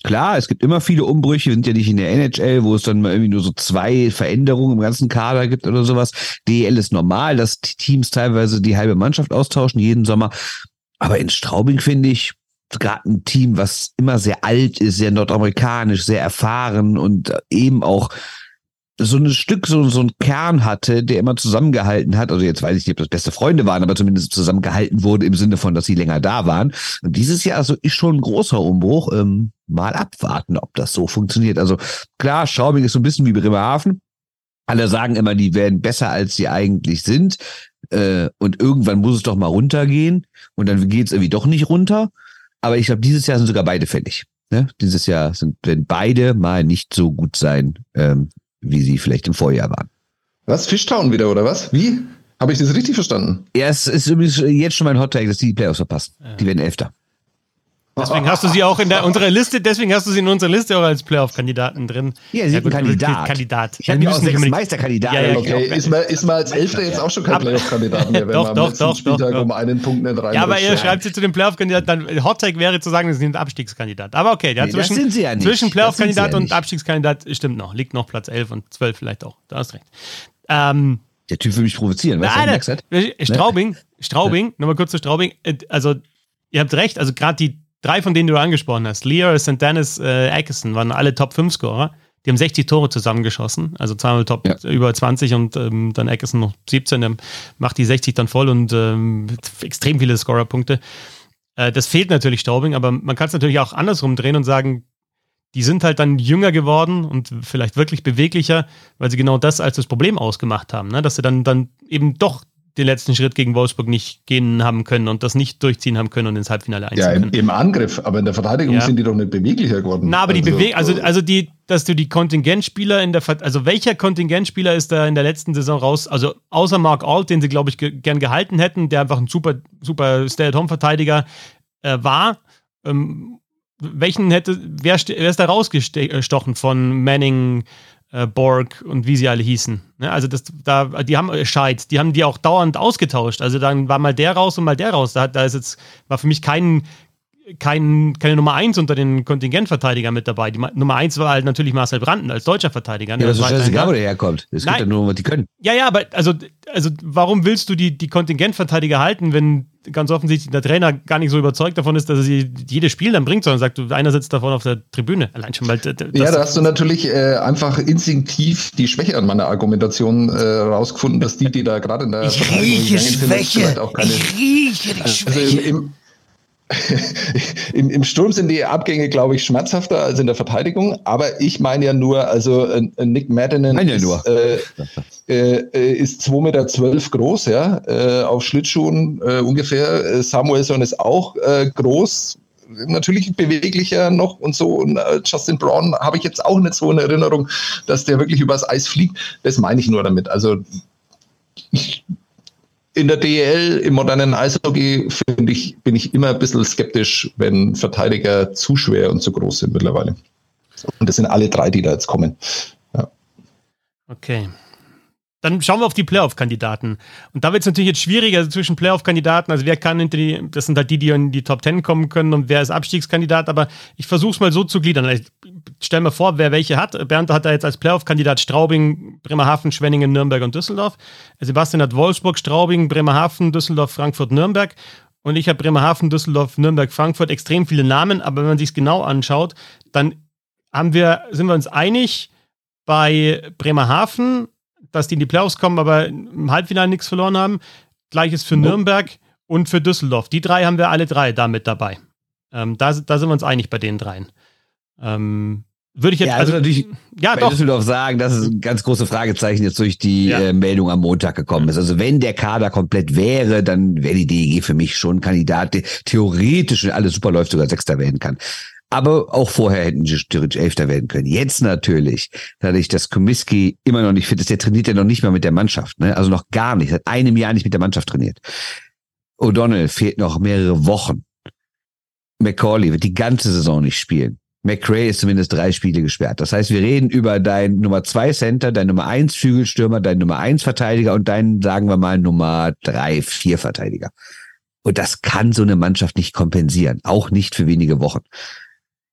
Klar, es gibt immer viele Umbrüche, wir sind ja nicht in der NHL, wo es dann mal irgendwie nur so 2 Veränderungen im ganzen Kader gibt oder sowas. DEL ist normal, dass die Teams teilweise die halbe Mannschaft austauschen jeden Sommer. Aber in Straubing finde ich gerade ein Team, was immer sehr alt ist, sehr nordamerikanisch, sehr erfahren und eben auch so ein Stück, so ein Kern hatte, der immer zusammengehalten hat. Also jetzt weiß ich nicht, ob das beste Freunde waren, aber zumindest zusammengehalten wurde im Sinne von, dass sie länger da waren. Und dieses Jahr also ist schon ein großer Umbruch. Mal abwarten, ob das so funktioniert. Also klar, Straubing ist so ein bisschen wie Bremerhaven. Alle sagen immer, die werden besser, als sie eigentlich sind. Und irgendwann muss es doch mal runtergehen. Und dann geht es irgendwie doch nicht runter. Aber ich glaube, dieses Jahr sind sogar beide fällig. Ne? Dieses Jahr werden beide mal nicht so gut sein, wie sie vielleicht im Vorjahr waren. Was? Fishtown wieder, oder was? Wie? Habe ich das richtig verstanden? Ja, es ist übrigens jetzt schon mein Hot-Take, dass die Playoffs verpassen. Ja. Die werden 11. Deswegen hast du sie auch in unserer Liste, auch als Playoff-Kandidaten drin. Ja, sie sind Kandidat. Ich habe ja auch 6 Meisterkandidaten. Ja, okay. Ist man als 11. jetzt auch schon kein Playoff-Kandidat mehr, wenn man am letzten Spieltag um einen Punkt nicht rein. Ja, aber ihr schreibt sie zu dem Playoff-Kandidat, dann Hot-Take wäre zu sagen, sie sind Abstiegskandidat. Aber okay, ja, zwischen Playoff-Kandidat und Abstiegskandidat stimmt noch. Liegt noch Platz 11 und 12 vielleicht auch. Da hast recht. Der Typ will mich provozieren, weißt du? Straubing, nochmal kurz zu Straubing. Also, ihr habt recht, also gerade die 3 von denen du angesprochen hast, Lear, St. Dennis, Atkinson, waren alle Top-5-Scorer. Die haben 60 Tore zusammengeschossen, also zweimal über 20 und dann Atkinson noch 17, der macht die 60 dann voll und extrem viele Scorerpunkte. Das fehlt natürlich Straubing, aber man kann es natürlich auch andersrum drehen und sagen, die sind halt dann jünger geworden und vielleicht wirklich beweglicher, weil sie genau das als das Problem ausgemacht haben, ne? Dass sie dann eben doch den letzten Schritt gegen Wolfsburg nicht gehen haben können und das nicht durchziehen haben können und ins Halbfinale einziehen können. Ja, im Angriff, aber in der Verteidigung sind die doch nicht beweglicher geworden. Na, aber dass du die Kontingentspieler also welcher Kontingentspieler ist da in der letzten Saison raus, also außer Mark Alt, den sie, glaube ich, gern gehalten hätten, der einfach ein super Stay-at-Home-Verteidiger war, wer ist da rausgestochen von Manning, Borg und wie sie alle hießen. Ne? Also die haben Scheid, die haben die auch dauernd ausgetauscht. Also dann war mal der raus und mal der raus. War für mich keine Nummer 1 unter den Kontingentverteidigern mit dabei. Die Nummer 1 war halt natürlich Marcel Branden als deutscher Verteidiger. Ne? Ja, das ist scheißegal, wo der herkommt. Es geht ja nur, was die können. Ja, aber also warum willst du die Kontingentverteidiger halten, wenn ganz offensichtlich der Trainer gar nicht so überzeugt davon ist, dass er sie jedes Spiel dann bringt, sondern sagt, einer sitzt davon auf der Tribüne. Allein schon mal. Da hast du natürlich einfach instinktiv die Schwäche an meiner Argumentation rausgefunden, dass die da gerade in der Verteidigung Schwäche. Ich rieche die Schwäche. Im Sturm sind die Abgänge, glaube ich, schmerzhafter als in der Verteidigung, aber ich meine ja nur, also Nick Madden ist 2,12 Meter groß, ja, auf Schlittschuhen ungefähr. Samuelson ist auch groß, natürlich beweglicher noch und so. Und Justin Braun habe ich jetzt auch nicht so in Erinnerung, dass der wirklich übers Eis fliegt. Das meine ich nur damit. Also in der DEL, im modernen Eishockey, bin ich immer ein bisschen skeptisch, wenn Verteidiger zu schwer und zu groß sind mittlerweile. Und das sind alle 3, die da jetzt kommen. Ja. Okay. Dann schauen wir auf die Playoff-Kandidaten. Und da wird es natürlich jetzt schwieriger zwischen Playoff-Kandidaten. Also wer kann das sind halt die in die Top 10 kommen können und wer ist Abstiegskandidat. Aber ich versuche es mal so zu gliedern. Ich stell mir vor, wer welche hat. Bernd hat da jetzt als Playoff-Kandidat Straubing, Bremerhaven, Schwenningen, Nürnberg und Düsseldorf. Sebastian hat Wolfsburg, Straubing, Bremerhaven, Düsseldorf, Frankfurt, Nürnberg. Und ich habe Bremerhaven, Düsseldorf, Nürnberg, Frankfurt. Extrem viele Namen. Aber wenn man sich es genau anschaut, dann sind wir uns einig bei Bremerhaven, dass die in die Playoffs kommen, aber im Halbfinale nichts verloren haben. Gleiches für Nürnberg und für Düsseldorf. Die 3 haben wir alle 3 da mit dabei. Da sind wir uns einig bei den 3. Würde ich jetzt natürlich bei Düsseldorf sagen, dass es ein ganz große Fragezeichen jetzt durch die Meldung am Montag gekommen ist. Also wenn der Kader komplett wäre, dann wäre die DEG für mich schon ein Kandidat, der theoretisch, wenn alles super läuft, sogar Sechster werden kann. Aber auch vorher hätten sie theoretisch 11. werden können. Jetzt natürlich, dadurch, dass Comiskey immer noch nicht fit ist, der trainiert ja noch nicht mal mit der Mannschaft, ne? Also noch gar nicht, seit einem Jahr nicht mit der Mannschaft trainiert. O'Donnell fehlt noch mehrere Wochen. McCauley wird die ganze Saison nicht spielen. McRae ist zumindest 3 Spiele gesperrt. Das heißt, wir reden über dein Nummer 2 Center, dein Nummer 1 Flügelstürmer, dein Nummer 1 Verteidiger und deinen, sagen wir mal, Nummer 3, 4 Verteidiger. Und das kann so eine Mannschaft nicht kompensieren. Auch nicht für wenige Wochen.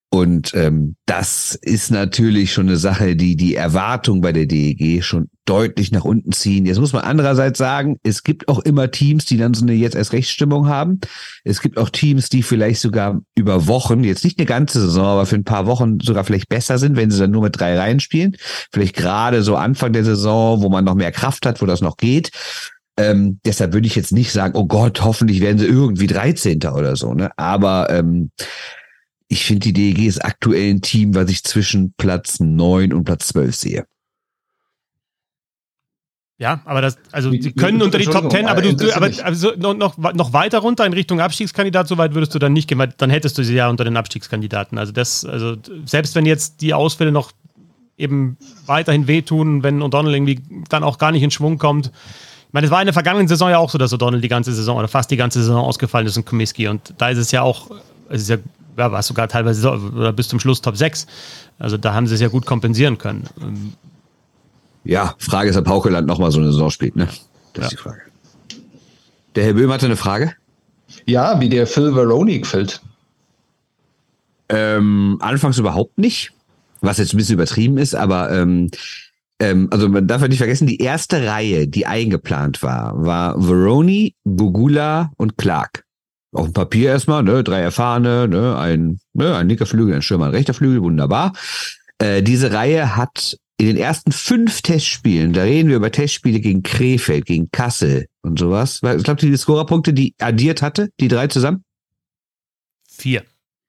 Und das ist natürlich schon eine Sache, die Erwartung bei der DEG schon deutlich nach unten ziehen. Jetzt muss man andererseits sagen, es gibt auch immer Teams, die dann so eine jetzt erst Rechtsstimmung haben. Es gibt auch Teams, die vielleicht sogar über Wochen, jetzt nicht eine ganze Saison, aber für ein paar Wochen sogar vielleicht besser sind, wenn sie dann nur mit 3 Reihen spielen. Vielleicht gerade so Anfang der Saison, wo man noch mehr Kraft hat, wo das noch geht. Deshalb würde ich jetzt nicht sagen, oh Gott, hoffentlich werden sie irgendwie 13. oder so, ne? Aber ich finde, die DEG ist aktuell ein Team, was ich zwischen Platz 9 und Platz 12 sehe. Ja, aber sie können unter die Top 10, aber noch weiter runter in Richtung Abstiegskandidat, so weit würdest du dann nicht gehen, weil dann hättest du sie ja unter den Abstiegskandidaten. Also selbst wenn jetzt die Ausfälle noch eben weiterhin wehtun, wenn O'Donnell irgendwie dann auch gar nicht in Schwung kommt. Ich meine, es war in der vergangenen Saison ja auch so, dass O'Donnell die ganze Saison oder fast die ganze Saison ausgefallen ist und Comiskey. Und da ist es ja auch, war es sogar teilweise oder bis zum Schluss Top 6. Also da haben sie es ja gut kompensieren können. Ja, Frage ist, ob Haukeland nochmal so eine Saison spielt, ne? Das ist die Frage. Der Herr Böhm hatte eine Frage? Ja, wie der Phil Varone gefällt. Anfangs überhaupt nicht, was jetzt ein bisschen übertrieben ist, aber also man darf ja nicht vergessen, die erste Reihe, die eingeplant war Varone, Bugula und Clark. Auf dem Papier erstmal, ne, 3 Erfahrene, ne, ein linker Flügel, ein Stürmer, ein rechter Flügel, wunderbar. Diese Reihe hat in den ersten 5 Testspielen, da reden wir über Testspiele gegen Krefeld, gegen Kassel und sowas. Ich glaube, die Scorerpunkte, die addiert hatte, die 3 zusammen? 4.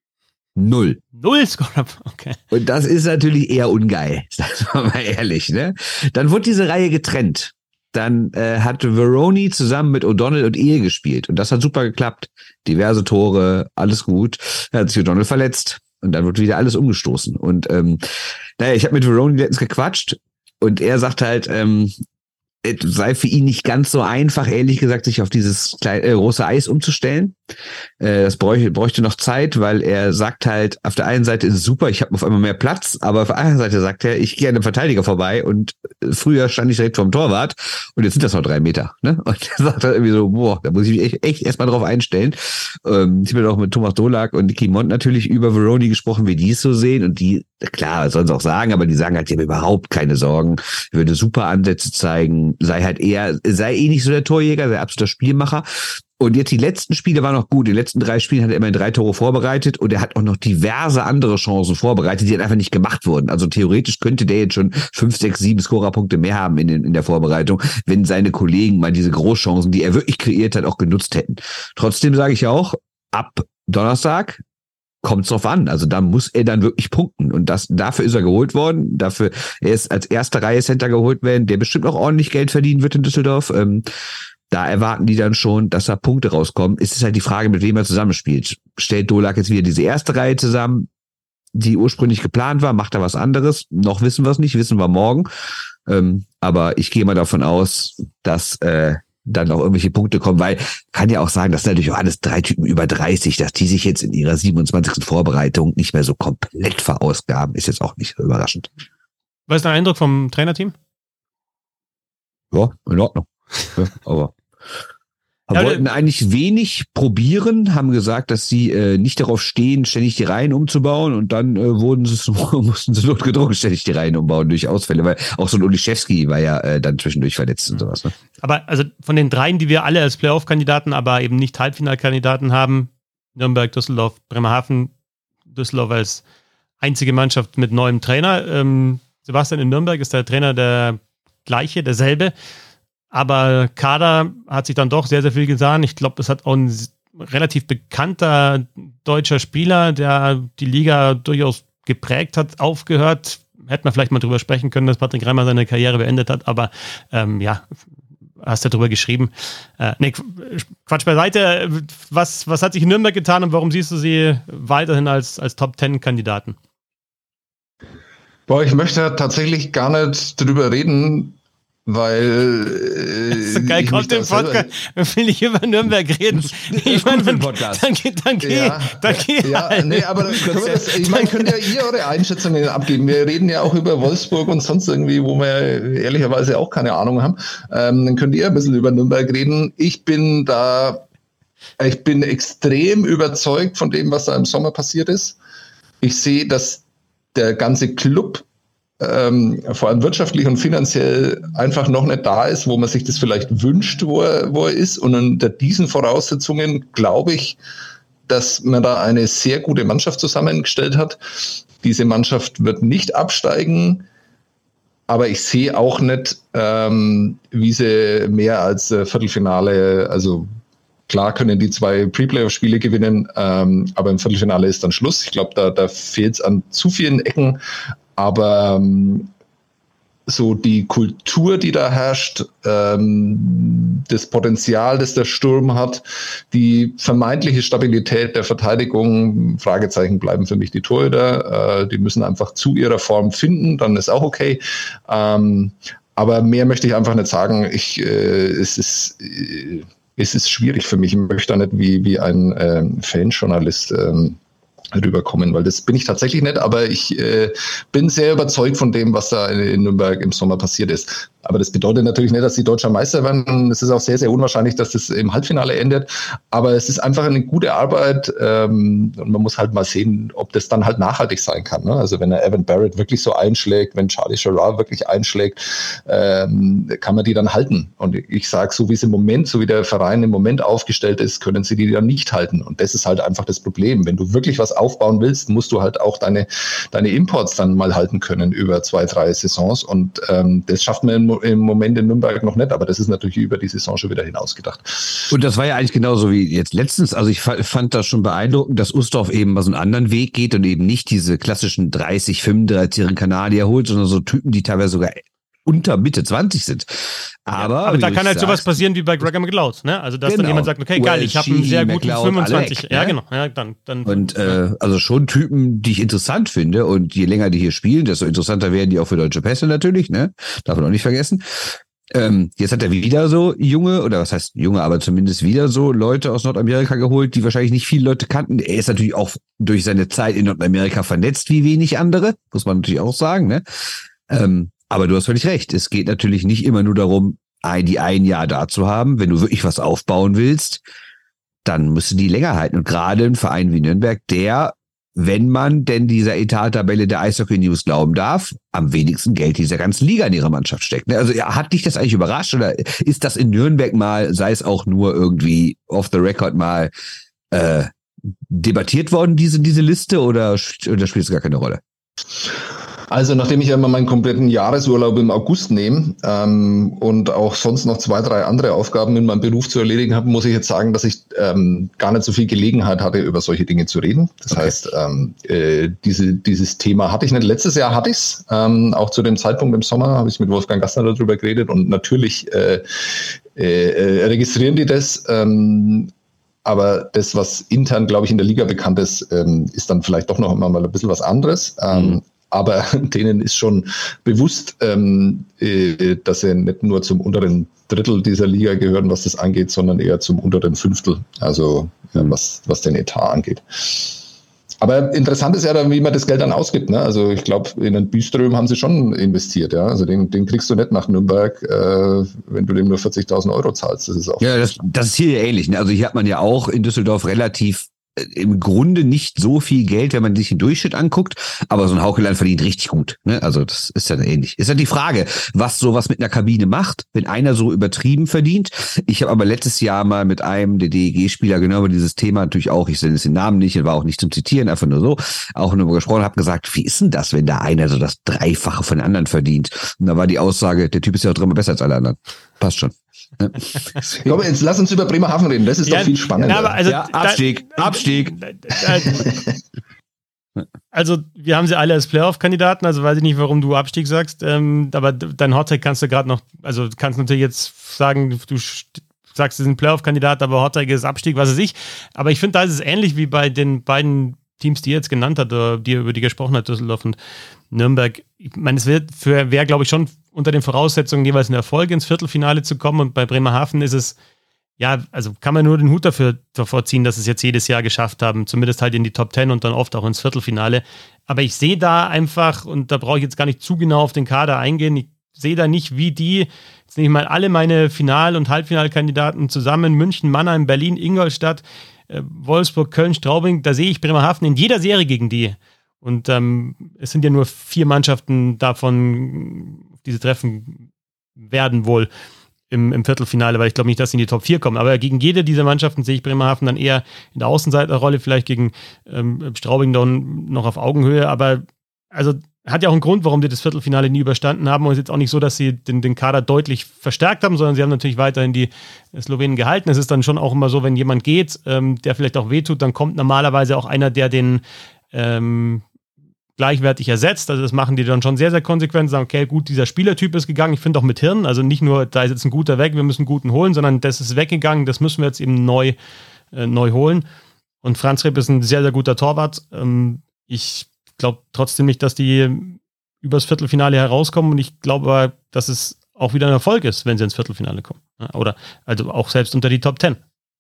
0 Scorer, okay. Und das ist natürlich eher ungeil, sagen wir mal ehrlich, ne? Dann wurde diese Reihe getrennt. Dann hat Varone zusammen mit O'Donnell und Ehe gespielt. Und das hat super geklappt. Diverse Tore, alles gut. Da hat sich O'Donnell verletzt. Und dann wird wieder alles umgestoßen. Und ich habe mit Varone letztens gequatscht. Und er sagt halt, es sei für ihn nicht ganz so einfach, ehrlich gesagt, sich auf dieses große Eis umzustellen. Das bräuchte noch Zeit, weil er sagt halt, auf der einen Seite ist es super, ich habe auf einmal mehr Platz, aber auf der anderen Seite sagt er, ich gehe an dem Verteidiger vorbei und früher stand ich direkt vorm Torwart und jetzt sind das noch 3 Meter. Ne? Und er sagt halt irgendwie so, da muss ich mich echt erstmal drauf einstellen. Ich habe auch mit Thomas Dolak und Niki Mond natürlich über Varone gesprochen, wie die es so sehen und die, klar, sollen sie auch sagen, aber die sagen halt, die haben überhaupt keine Sorgen, würde super Ansätze zeigen, sei nicht so der Torjäger, sei absoluter Spielmacher. Und jetzt die letzten Spiele waren noch gut. Die letzten 3 Spiele hat er immerhin 3 Tore vorbereitet und er hat auch noch diverse andere Chancen vorbereitet, die dann einfach nicht gemacht wurden. Also theoretisch könnte der jetzt schon 5, 6, 7 Scorerpunkte mehr haben in der Vorbereitung, wenn seine Kollegen mal diese Großchancen, die er wirklich kreiert hat, auch genutzt hätten. Trotzdem sage ich auch, ab Donnerstag kommt es drauf an. Also da muss er dann wirklich punkten. Und dafür ist er geholt worden. Er ist als erste Reihe Center geholt werden, der bestimmt auch ordentlich Geld verdienen wird in Düsseldorf. Da erwarten die dann schon, dass da Punkte rauskommen. Es ist halt die Frage, mit wem er zusammenspielt. Stellt Dolak jetzt wieder diese erste Reihe zusammen, die ursprünglich geplant war, macht er was anderes? Noch wissen wir es nicht, wissen wir morgen. Aber ich gehe mal davon aus, dass dann auch irgendwelche Punkte kommen, weil kann ja auch sagen, das sind natürlich auch alles 3 Typen über 30, dass die sich jetzt in ihrer 27. Vorbereitung nicht mehr so komplett verausgaben, ist jetzt auch nicht so überraschend. Was ist dein Eindruck vom Trainerteam? Ja, in Ordnung. Ja, aber wollten eigentlich wenig probieren, haben gesagt, dass sie nicht darauf stehen, ständig die Reihen umzubauen und dann mussten sie notgedrungen ständig die Reihen umbauen durch Ausfälle, weil auch so ein Oliszewski war ja dann zwischendurch verletzt und sowas. Ne? Aber also von den 3, die wir alle als Playoff-Kandidaten, aber eben nicht Halbfinalkandidaten haben, Nürnberg, Düsseldorf, Bremerhaven, Düsseldorf als einzige Mannschaft mit neuem Trainer. Sebastian, in Nürnberg ist der Trainer der gleiche, derselbe. Aber Kader hat sich dann doch sehr, sehr viel getan. Ich glaube, es hat auch ein relativ bekannter deutscher Spieler, der die Liga durchaus geprägt hat, aufgehört. Hätte man vielleicht mal drüber sprechen können, dass Patrick Reimer seine Karriere beendet hat. Aber hast du drüber geschrieben. Quatsch beiseite. Was hat sich in Nürnberg getan und warum siehst du sie weiterhin als Top-10-Kandidaten? Ich möchte tatsächlich gar nicht drüber reden, weil so geil, kommt im Podcast, will ich über Nürnberg reden. Ich meine, dann geh halt. Nee, aber könnt ja ihr eure Einschätzungen abgeben. Wir reden ja auch über Wolfsburg und sonst irgendwie, wo wir ehrlicherweise auch keine Ahnung haben. Dann könnt ihr ein bisschen über Nürnberg reden. Ich bin extrem überzeugt von dem, was da im Sommer passiert ist. Ich sehe, dass der ganze Club vor allem wirtschaftlich und finanziell einfach noch nicht da ist, wo man sich das vielleicht wünscht, wo er ist. Und unter diesen Voraussetzungen glaube ich, dass man da eine sehr gute Mannschaft zusammengestellt hat. Diese Mannschaft wird nicht absteigen, aber ich sehe auch nicht, wie sie mehr als Viertelfinale, also klar können die 2 Pre-Playoff-Spiele gewinnen, aber im Viertelfinale ist dann Schluss. Ich glaube, da fehlt es an zu vielen Ecken, aber so die Kultur, die da herrscht, das Potenzial, das der Sturm hat, die vermeintliche Stabilität der Verteidigung, Fragezeichen bleiben für mich die Torhüter, die müssen einfach zu ihrer Form finden, dann ist auch okay. Aber mehr möchte ich einfach nicht sagen. Es ist schwierig für mich. Ich möchte da nicht wie ein Fanjournalist rüberkommen, weil das bin ich tatsächlich nicht, aber ich bin sehr überzeugt von dem, was da in Nürnberg im Sommer passiert ist. Aber das bedeutet natürlich nicht, dass die Deutscher Meister werden. Es ist auch sehr, sehr unwahrscheinlich, dass das im Halbfinale endet. Aber es ist einfach eine gute Arbeit und man muss halt mal sehen, ob das dann halt nachhaltig sein kann. Ne? Also wenn der Evan Barrett wirklich so einschlägt, wenn Charlie Gerard wirklich einschlägt, kann man die dann halten. Und ich sage, so wie es im Moment, so wie der Verein im Moment aufgestellt ist, können sie die dann nicht halten. Und das ist halt einfach das Problem. Wenn du wirklich was aufbauen willst, musst du halt auch deine Imports dann mal halten können über 2, 3 Saisons. Und das schafft man im Moment in Nürnberg noch nicht, aber das ist natürlich über die Saison schon wieder hinausgedacht. Und das war ja eigentlich genauso wie jetzt letztens. Also ich fand das schon beeindruckend, dass Ustorf eben mal so einen anderen Weg geht und eben nicht diese klassischen 30, 35-jährigen Kanadier holt, sondern so Typen, die teilweise sogar unter Mitte 20 sind. Aber da kann halt sowas passieren wie bei Gregor McLeod, ne? Also dass dann jemand sagt, okay, geil, ich habe einen sehr guten McLeod, 25. Alec, ja, genau. Ja, dann. Und also schon Typen, die ich interessant finde. Und je länger die hier spielen, desto interessanter werden die auch für deutsche Pässe natürlich, ne? Darf man auch nicht vergessen. Jetzt hat er wieder so junge, oder was heißt junge, aber zumindest wieder so Leute aus Nordamerika geholt, die wahrscheinlich nicht viele Leute kannten. Er ist natürlich auch durch seine Zeit in Nordamerika vernetzt wie wenig andere, muss man natürlich auch sagen, ne? Aber du hast völlig recht. Es geht natürlich nicht immer nur darum, die ein Jahr da zu haben. Wenn du wirklich was aufbauen willst, dann musst du die länger halten. Und gerade ein Verein wie Nürnberg, der, wenn man denn dieser Etat-Tabelle der Eishockey News glauben darf, am wenigsten Geld dieser ganzen Liga in ihrer Mannschaft steckt. Also hat dich das eigentlich überrascht oder ist das in Nürnberg mal, sei es auch nur irgendwie off the record mal debattiert worden, diese Liste, oder spielt es gar keine Rolle? Also nachdem ich ja immer meinen kompletten Jahresurlaub im August nehme und auch sonst noch 2, 3 andere Aufgaben in meinem Beruf zu erledigen habe, muss ich jetzt sagen, dass ich gar nicht so viel Gelegenheit hatte, über solche Dinge zu reden. Das heißt, dieses Thema hatte ich nicht. Letztes Jahr hatte ich es. Auch zu dem Zeitpunkt im Sommer habe ich mit Wolfgang Gastner darüber geredet und natürlich registrieren die das. Aber das, was intern, glaube ich, in der Liga bekannt ist, ist dann vielleicht doch noch mal ein bisschen was anderes. Aber denen ist schon bewusst, dass sie nicht nur zum unteren Drittel dieser Liga gehören, was das angeht, sondern eher zum unteren Fünftel, also was den Etat angeht. Aber interessant ist ja dann, wie man das Geld dann ausgibt. Ne? Also ich glaube, in den Byström haben sie schon investiert. Ja? Also den kriegst du nicht nach Nürnberg, wenn du dem nur 40.000 Euro zahlst. Das ist auch das ist hier ähnlich. Ne? Also hier hat man ja auch in Düsseldorf relativ im Grunde nicht so viel Geld, wenn man sich den Durchschnitt anguckt, aber so ein Haukeland verdient richtig gut. Ne? Also das ist ja ähnlich. Ist ja die Frage, was sowas mit einer Kabine macht, wenn einer so übertrieben verdient. Ich habe aber letztes Jahr mal mit einem der DEG-Spieler genau über dieses Thema natürlich auch, ich nenne es den Namen nicht, war auch nicht zum Zitieren, einfach nur so, auch nur gesprochen, habe gesagt, wie ist denn das, wenn da einer so das Dreifache von den anderen verdient? Und da war die Aussage, der Typ ist ja auch dreimal besser als alle anderen. Passt schon. Komm, jetzt lass uns über Bremerhaven reden, das ist doch viel spannender. Aber also, Abstieg. Also wir haben sie alle als Playoff-Kandidaten, also weiß ich nicht, warum du Abstieg sagst, aber dein Hottake kannst du gerade noch, also kannst natürlich jetzt sagen, du sagst, sie sind Playoff-Kandidat, aber Hottake ist Abstieg, was weiß ich. Aber ich finde, da ist es ähnlich wie bei den beiden Teams, die ihr jetzt genannt hat, oder über die gesprochen hat, Düsseldorf und Nürnberg. Ich meine, es wäre, glaube ich, schon unter den Voraussetzungen jeweils ein Erfolg, ins Viertelfinale zu kommen. Und bei Bremerhaven ist es, ja, also kann man nur den Hut davor ziehen, dass sie es jetzt jedes Jahr geschafft haben, zumindest halt in die Top 10 und dann oft auch ins Viertelfinale. Aber ich sehe da einfach, und da brauche ich jetzt gar nicht zu genau auf den Kader eingehen, ich sehe da nicht, wie die, jetzt nehme ich mal alle meine Final- und Halbfinalkandidaten zusammen, München, Mannheim, Berlin, Ingolstadt, Wolfsburg, Köln, Straubing, da sehe ich Bremerhaven in jeder Serie gegen die. Und es sind ja nur 4 Mannschaften davon, diese treffen werden wohl im Viertelfinale, weil ich glaube nicht, dass sie in die Top 4 kommen. Aber gegen jede dieser Mannschaften sehe ich Bremerhaven dann eher in der Außenseiterrolle, vielleicht gegen Straubing dann noch auf Augenhöhe. Aber also hat ja auch einen Grund, warum die das Viertelfinale nie überstanden haben. Und es ist jetzt auch nicht so, dass sie den Kader deutlich verstärkt haben, sondern sie haben natürlich weiterhin die Slowenen gehalten. Es ist dann schon auch immer so, wenn jemand geht, der vielleicht auch wehtut, dann kommt normalerweise auch einer, der den gleichwertig ersetzt. Also das machen die dann schon sehr, sehr konsequent. Sagen, okay, gut, dieser Spielertyp ist gegangen. Ich finde auch mit Hirn. Also nicht nur, da ist jetzt ein guter weg, wir müssen einen guten holen, sondern das ist weggegangen. Das müssen wir jetzt eben neu holen. Und Franz Ripp ist ein sehr, sehr guter Torwart. Ich glaube trotzdem nicht, dass die übers Viertelfinale herauskommen. Und ich glaube aber, dass es auch wieder ein Erfolg ist, wenn sie ins Viertelfinale kommen. Oder also auch selbst unter die Top 10.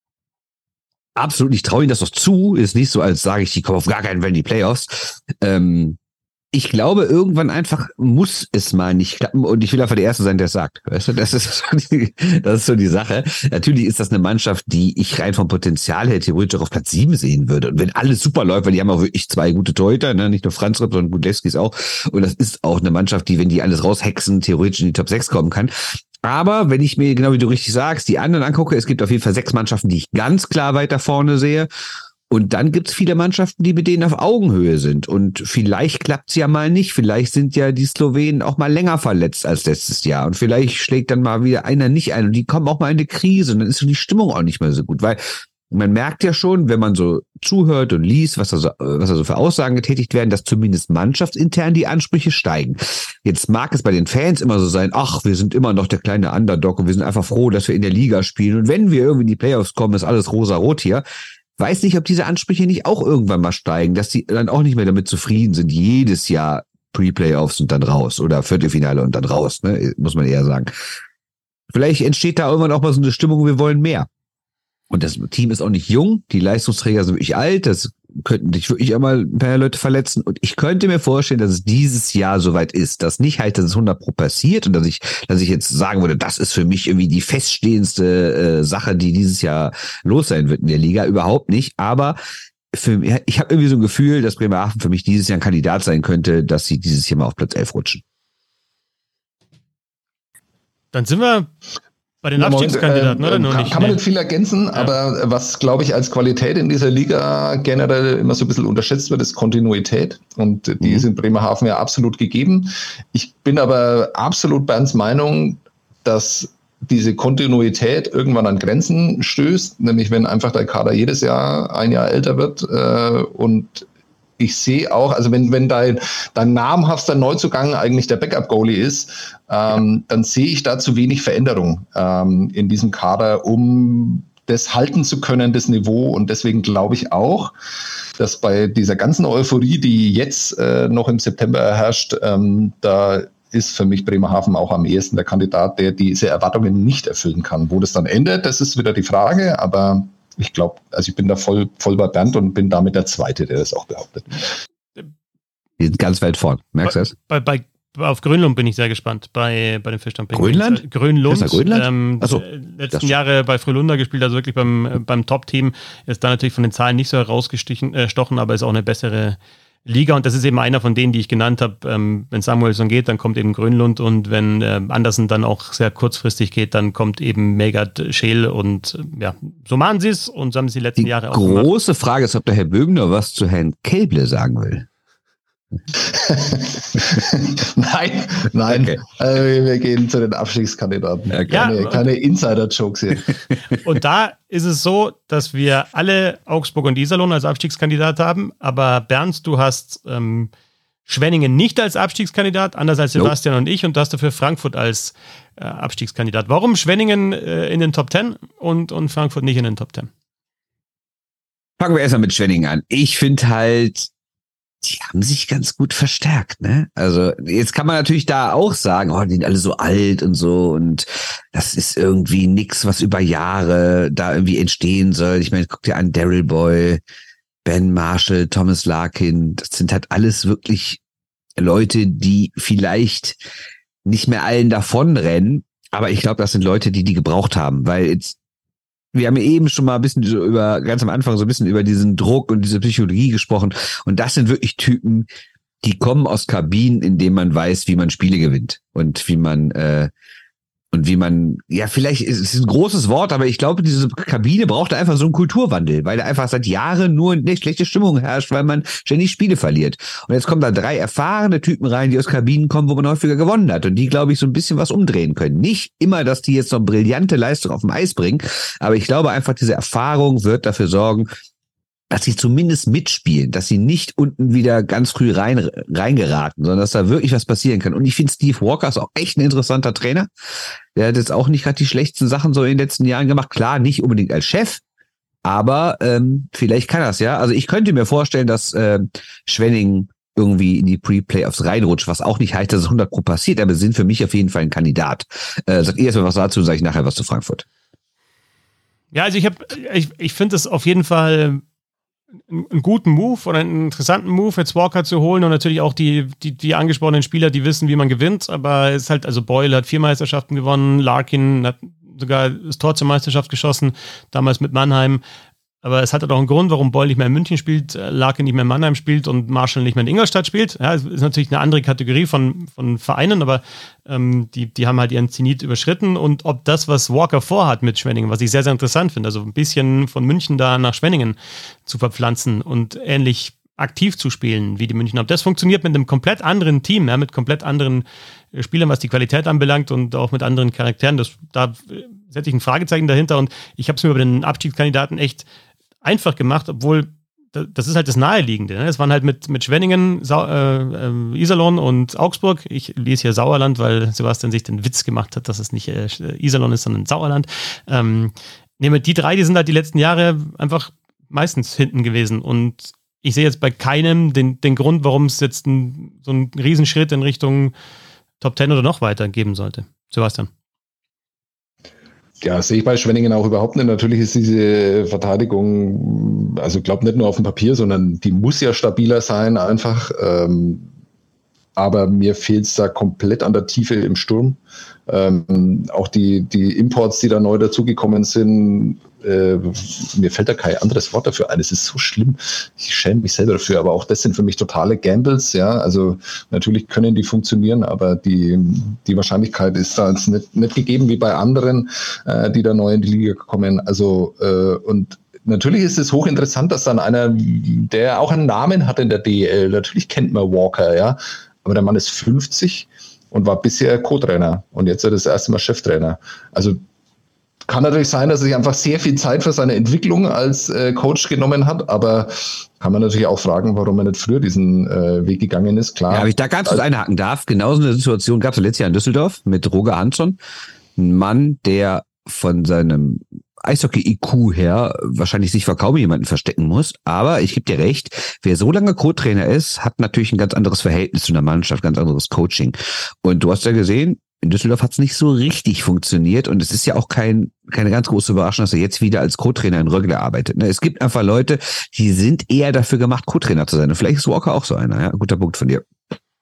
Absolut, ich traue ihnen das doch zu. Ist nicht so, als sage ich, die kommen auf gar keinen Fall in die Playoffs. Ich glaube, irgendwann einfach muss es mal nicht klappen und ich will einfach der Erste sein, der es sagt. Weißt du, das ist so die Sache. Natürlich ist das eine Mannschaft, die ich rein vom Potenzial her theoretisch auch auf Platz 7 sehen würde. Und wenn alles super läuft, weil die haben auch wirklich 2 gute Torhüter, ne? Nicht nur Franz Ripp, sondern Gudlewskis auch. Und das ist auch eine Mannschaft, die, wenn die alles raushexen, theoretisch in die Top 6 kommen kann. Aber wenn ich mir, genau wie du richtig sagst, die anderen angucke, es gibt auf jeden Fall 6 Mannschaften, die ich ganz klar weiter vorne sehe. Und dann gibt's viele Mannschaften, die mit denen auf Augenhöhe sind. Und vielleicht klappt's ja mal nicht. Vielleicht sind ja die Slowenen auch mal länger verletzt als letztes Jahr. Und vielleicht schlägt dann mal wieder einer nicht ein. Und die kommen auch mal in eine Krise. Und dann ist so die Stimmung auch nicht mehr so gut. Weil man merkt ja schon, wenn man so zuhört und liest, was da so für Aussagen getätigt werden, dass zumindest mannschaftsintern die Ansprüche steigen. Jetzt mag es bei den Fans immer so sein, ach, wir sind immer noch der kleine Underdog und wir sind einfach froh, dass wir in der Liga spielen. Und wenn wir irgendwie in die Playoffs kommen, ist alles rosa-rot hier. Weiß nicht, ob diese Ansprüche nicht auch irgendwann mal steigen, dass die dann auch nicht mehr damit zufrieden sind, jedes Jahr Pre-Playoffs und dann raus oder Viertelfinale und dann raus, ne, muss man eher sagen. Vielleicht entsteht da irgendwann auch mal so eine Stimmung, wir wollen mehr. Und das Team ist auch nicht jung, die Leistungsträger sind wirklich alt, das könnten sich wirklich einmal ein paar Leute verletzen. Und ich könnte mir vorstellen, dass es dieses Jahr soweit ist. Das nicht heißt, dass es 100% passiert und dass ich jetzt sagen würde, das ist für mich irgendwie die feststehendste Sache, die dieses Jahr los sein wird in der Liga. Überhaupt nicht. Aber ich habe irgendwie so ein Gefühl, dass Bremerhaven für mich dieses Jahr ein Kandidat sein könnte, dass sie dieses Jahr mal auf Platz 11 rutschen. Dann sind wir bei den Abstiegskandidaten, oder? Kann man nicht viel ergänzen, ja. Aber was, glaube ich, als Qualität in dieser Liga generell immer so ein bisschen unterschätzt wird, ist Kontinuität. Und die ist in Bremerhaven ja absolut gegeben. Ich bin aber absolut Bernds Meinung, dass diese Kontinuität irgendwann an Grenzen stößt, nämlich wenn einfach der Kader jedes Jahr ein Jahr älter wird und ich sehe auch, also wenn dein namhafter Neuzugang eigentlich der Backup-Goalie ist, dann sehe ich da zu wenig Veränderung in diesem Kader, um das halten zu können, das Niveau. Und deswegen glaube ich auch, dass bei dieser ganzen Euphorie, die jetzt noch im September herrscht, da ist für mich Bremerhaven auch am ehesten der Kandidat, der diese Erwartungen nicht erfüllen kann. Wo das dann endet, das ist wieder die Frage, aber ich glaube, also ich bin da voll bei Bernd und bin damit der Zweite, der das auch behauptet. Die sind ganz weit vorn. Merkst du das? Auf Grönlund bin ich sehr gespannt, bei den Fischdamm Penguins. Grönland? Grönlund. Ist Grönland? Letzten Jahre bei Frölunda gespielt, also wirklich beim Top-Team. Ist da natürlich von den Zahlen nicht so herausgestochen, aber ist auch eine bessere Liga. Und das ist eben einer von denen, die ich genannt habe. Wenn Samuelsson geht, dann kommt eben Grönlund. Und wenn Andersen dann auch sehr kurzfristig geht, dann kommt eben Megard Scheel. Und ja, so machen sie es. Und so haben sie die letzten Jahre auch gemacht. Die große Frage ist, ob der Herr Bögner was zu Herrn Kelble sagen will. Nein. Okay. Wir gehen zu den Abstiegskandidaten. Okay. Keine Insider-Jokes hier. Und da ist es so, dass wir alle Augsburg und Iserlohn als Abstiegskandidat haben, aber Bernd, du hast Schwenningen nicht als Abstiegskandidat, anders als Sebastian und ich, und du hast dafür Frankfurt als Abstiegskandidat. Warum Schwenningen in den Top 10 und Frankfurt nicht in den Top 10? Fangen wir erstmal mit Schwenningen an. Ich finde halt, die haben sich ganz gut verstärkt, ne? Also jetzt kann man natürlich da auch sagen, die sind alle so alt und so und das ist irgendwie nix, was über Jahre da irgendwie entstehen soll. Ich meine, guck dir an, Daryl Boy, Ben Marshall, Thomas Larkin, das sind halt alles wirklich Leute, die vielleicht nicht mehr allen davonrennen, aber ich glaube, das sind Leute, die gebraucht haben, weil jetzt wir haben eben schon mal ein bisschen ganz am Anfang so ein bisschen über diesen Druck und diese Psychologie gesprochen. Und das sind wirklich Typen, die kommen aus Kabinen, in denen man weiß, wie man Spiele gewinnt und wie man, ja, vielleicht ist es ein großes Wort, aber ich glaube, diese Kabine braucht einfach so einen Kulturwandel, weil da einfach seit Jahren nur eine schlechte Stimmung herrscht, weil man ständig Spiele verliert. Und jetzt kommen da 3 erfahrene Typen rein, die aus Kabinen kommen, wo man häufiger gewonnen hat und die, glaube ich, so ein bisschen was umdrehen können. Nicht immer, dass die jetzt noch brillante Leistung auf dem Eis bringen, aber ich glaube einfach, diese Erfahrung wird dafür sorgen, dass sie zumindest mitspielen, dass sie nicht unten wieder ganz früh reingeraten, sondern dass da wirklich was passieren kann. Und ich finde, Steve Walker ist auch echt ein interessanter Trainer. Der hat jetzt auch nicht gerade die schlechtesten Sachen so in den letzten Jahren gemacht. Klar, nicht unbedingt als Chef, aber vielleicht kann er es, ja. Also ich könnte mir vorstellen, dass Schwenningen irgendwie in die Pre-Playoffs reinrutscht, was auch nicht heißt, dass es 100% passiert, aber sie sind für mich auf jeden Fall ein Kandidat. Sagt ihr erstmal was dazu, sage ich nachher was zu Frankfurt. Ja, also ich finde es auf jeden Fall einen guten Move oder einen interessanten Move, jetzt Walker zu holen und natürlich auch die angesprochenen Spieler, die wissen, wie man gewinnt, aber es ist halt, also Boyle hat 4 Meisterschaften gewonnen, Larkin hat sogar das Tor zur Meisterschaft geschossen, damals mit Mannheim, aber es hat halt auch einen Grund, warum Boyle nicht mehr in München spielt, Larkin nicht mehr in Mannheim spielt und Marshall nicht mehr in Ingolstadt spielt. Ja, es ist natürlich eine andere Kategorie von Vereinen, aber die haben halt ihren Zenit überschritten und ob das, was Walker vorhat mit Schwenningen, was ich sehr, sehr interessant finde, also ein bisschen von München da nach Schwenningen zu verpflanzen und ähnlich aktiv zu spielen wie die Münchner. Ob das funktioniert mit einem komplett anderen Team, ja, mit komplett anderen Spielern, was die Qualität anbelangt und auch mit anderen Charakteren, da setze ich ein Fragezeichen dahinter und ich habe es mir über den Abstiegskandidaten echt einfach gemacht, obwohl das ist halt das Naheliegende. Ne? Es waren halt mit Schwenningen, Iserlohn und Augsburg. Ich lese hier Sauerland, weil Sebastian sich den Witz gemacht hat, dass es nicht Iserlohn ist, sondern Sauerland. Die 3, die sind halt die letzten Jahre einfach meistens hinten gewesen und ich sehe jetzt bei keinem den Grund, warum es jetzt so einen Riesenschritt in Richtung Top 10 oder noch weiter geben sollte. Sebastian. Ja, sehe ich bei Schwenningen auch überhaupt nicht. Natürlich ist diese Verteidigung, also ich glaube nicht nur auf dem Papier, sondern die muss ja stabiler sein einfach. Aber mir fehlt es da komplett an der Tiefe im Sturm. Auch die Imports, die da neu dazugekommen sind, mir fällt da kein anderes Wort dafür ein. Es ist so schlimm. Ich schäme mich selber dafür, aber auch das sind für mich totale Gambles. Ja, also natürlich können die funktionieren, aber die Wahrscheinlichkeit ist da jetzt nicht gegeben wie bei anderen, die da neu in die Liga kommen. Also und natürlich ist es hochinteressant, dass dann einer, der auch einen Namen hat in der DEL, natürlich kennt man Walker, ja, aber der Mann ist 50 und war bisher Co-Trainer und jetzt ist er das erste Mal Cheftrainer. Also kann natürlich sein, dass er sich einfach sehr viel Zeit für seine Entwicklung als Coach genommen hat, aber kann man natürlich auch fragen, warum er nicht früher diesen Weg gegangen ist. Klar. Ja, wenn ich da ganz kurz einhaken darf, genauso eine Situation gab es letztes Jahr in Düsseldorf mit Roger Hansson. Ein Mann, der von seinem Eishockey-IQ her wahrscheinlich sich vor kaum jemanden verstecken muss. Aber ich gebe dir recht, wer so lange Co-Trainer ist, hat natürlich ein ganz anderes Verhältnis zu einer Mannschaft, ganz anderes Coaching. Und du hast ja gesehen, in Düsseldorf hat es nicht so richtig funktioniert und es ist ja auch keine ganz große Überraschung, dass er jetzt wieder als Co-Trainer in Rögle arbeitet. Es gibt einfach Leute, die sind eher dafür gemacht, Co-Trainer zu sein. Und vielleicht ist Walker auch so einer. Ja, guter Punkt von dir.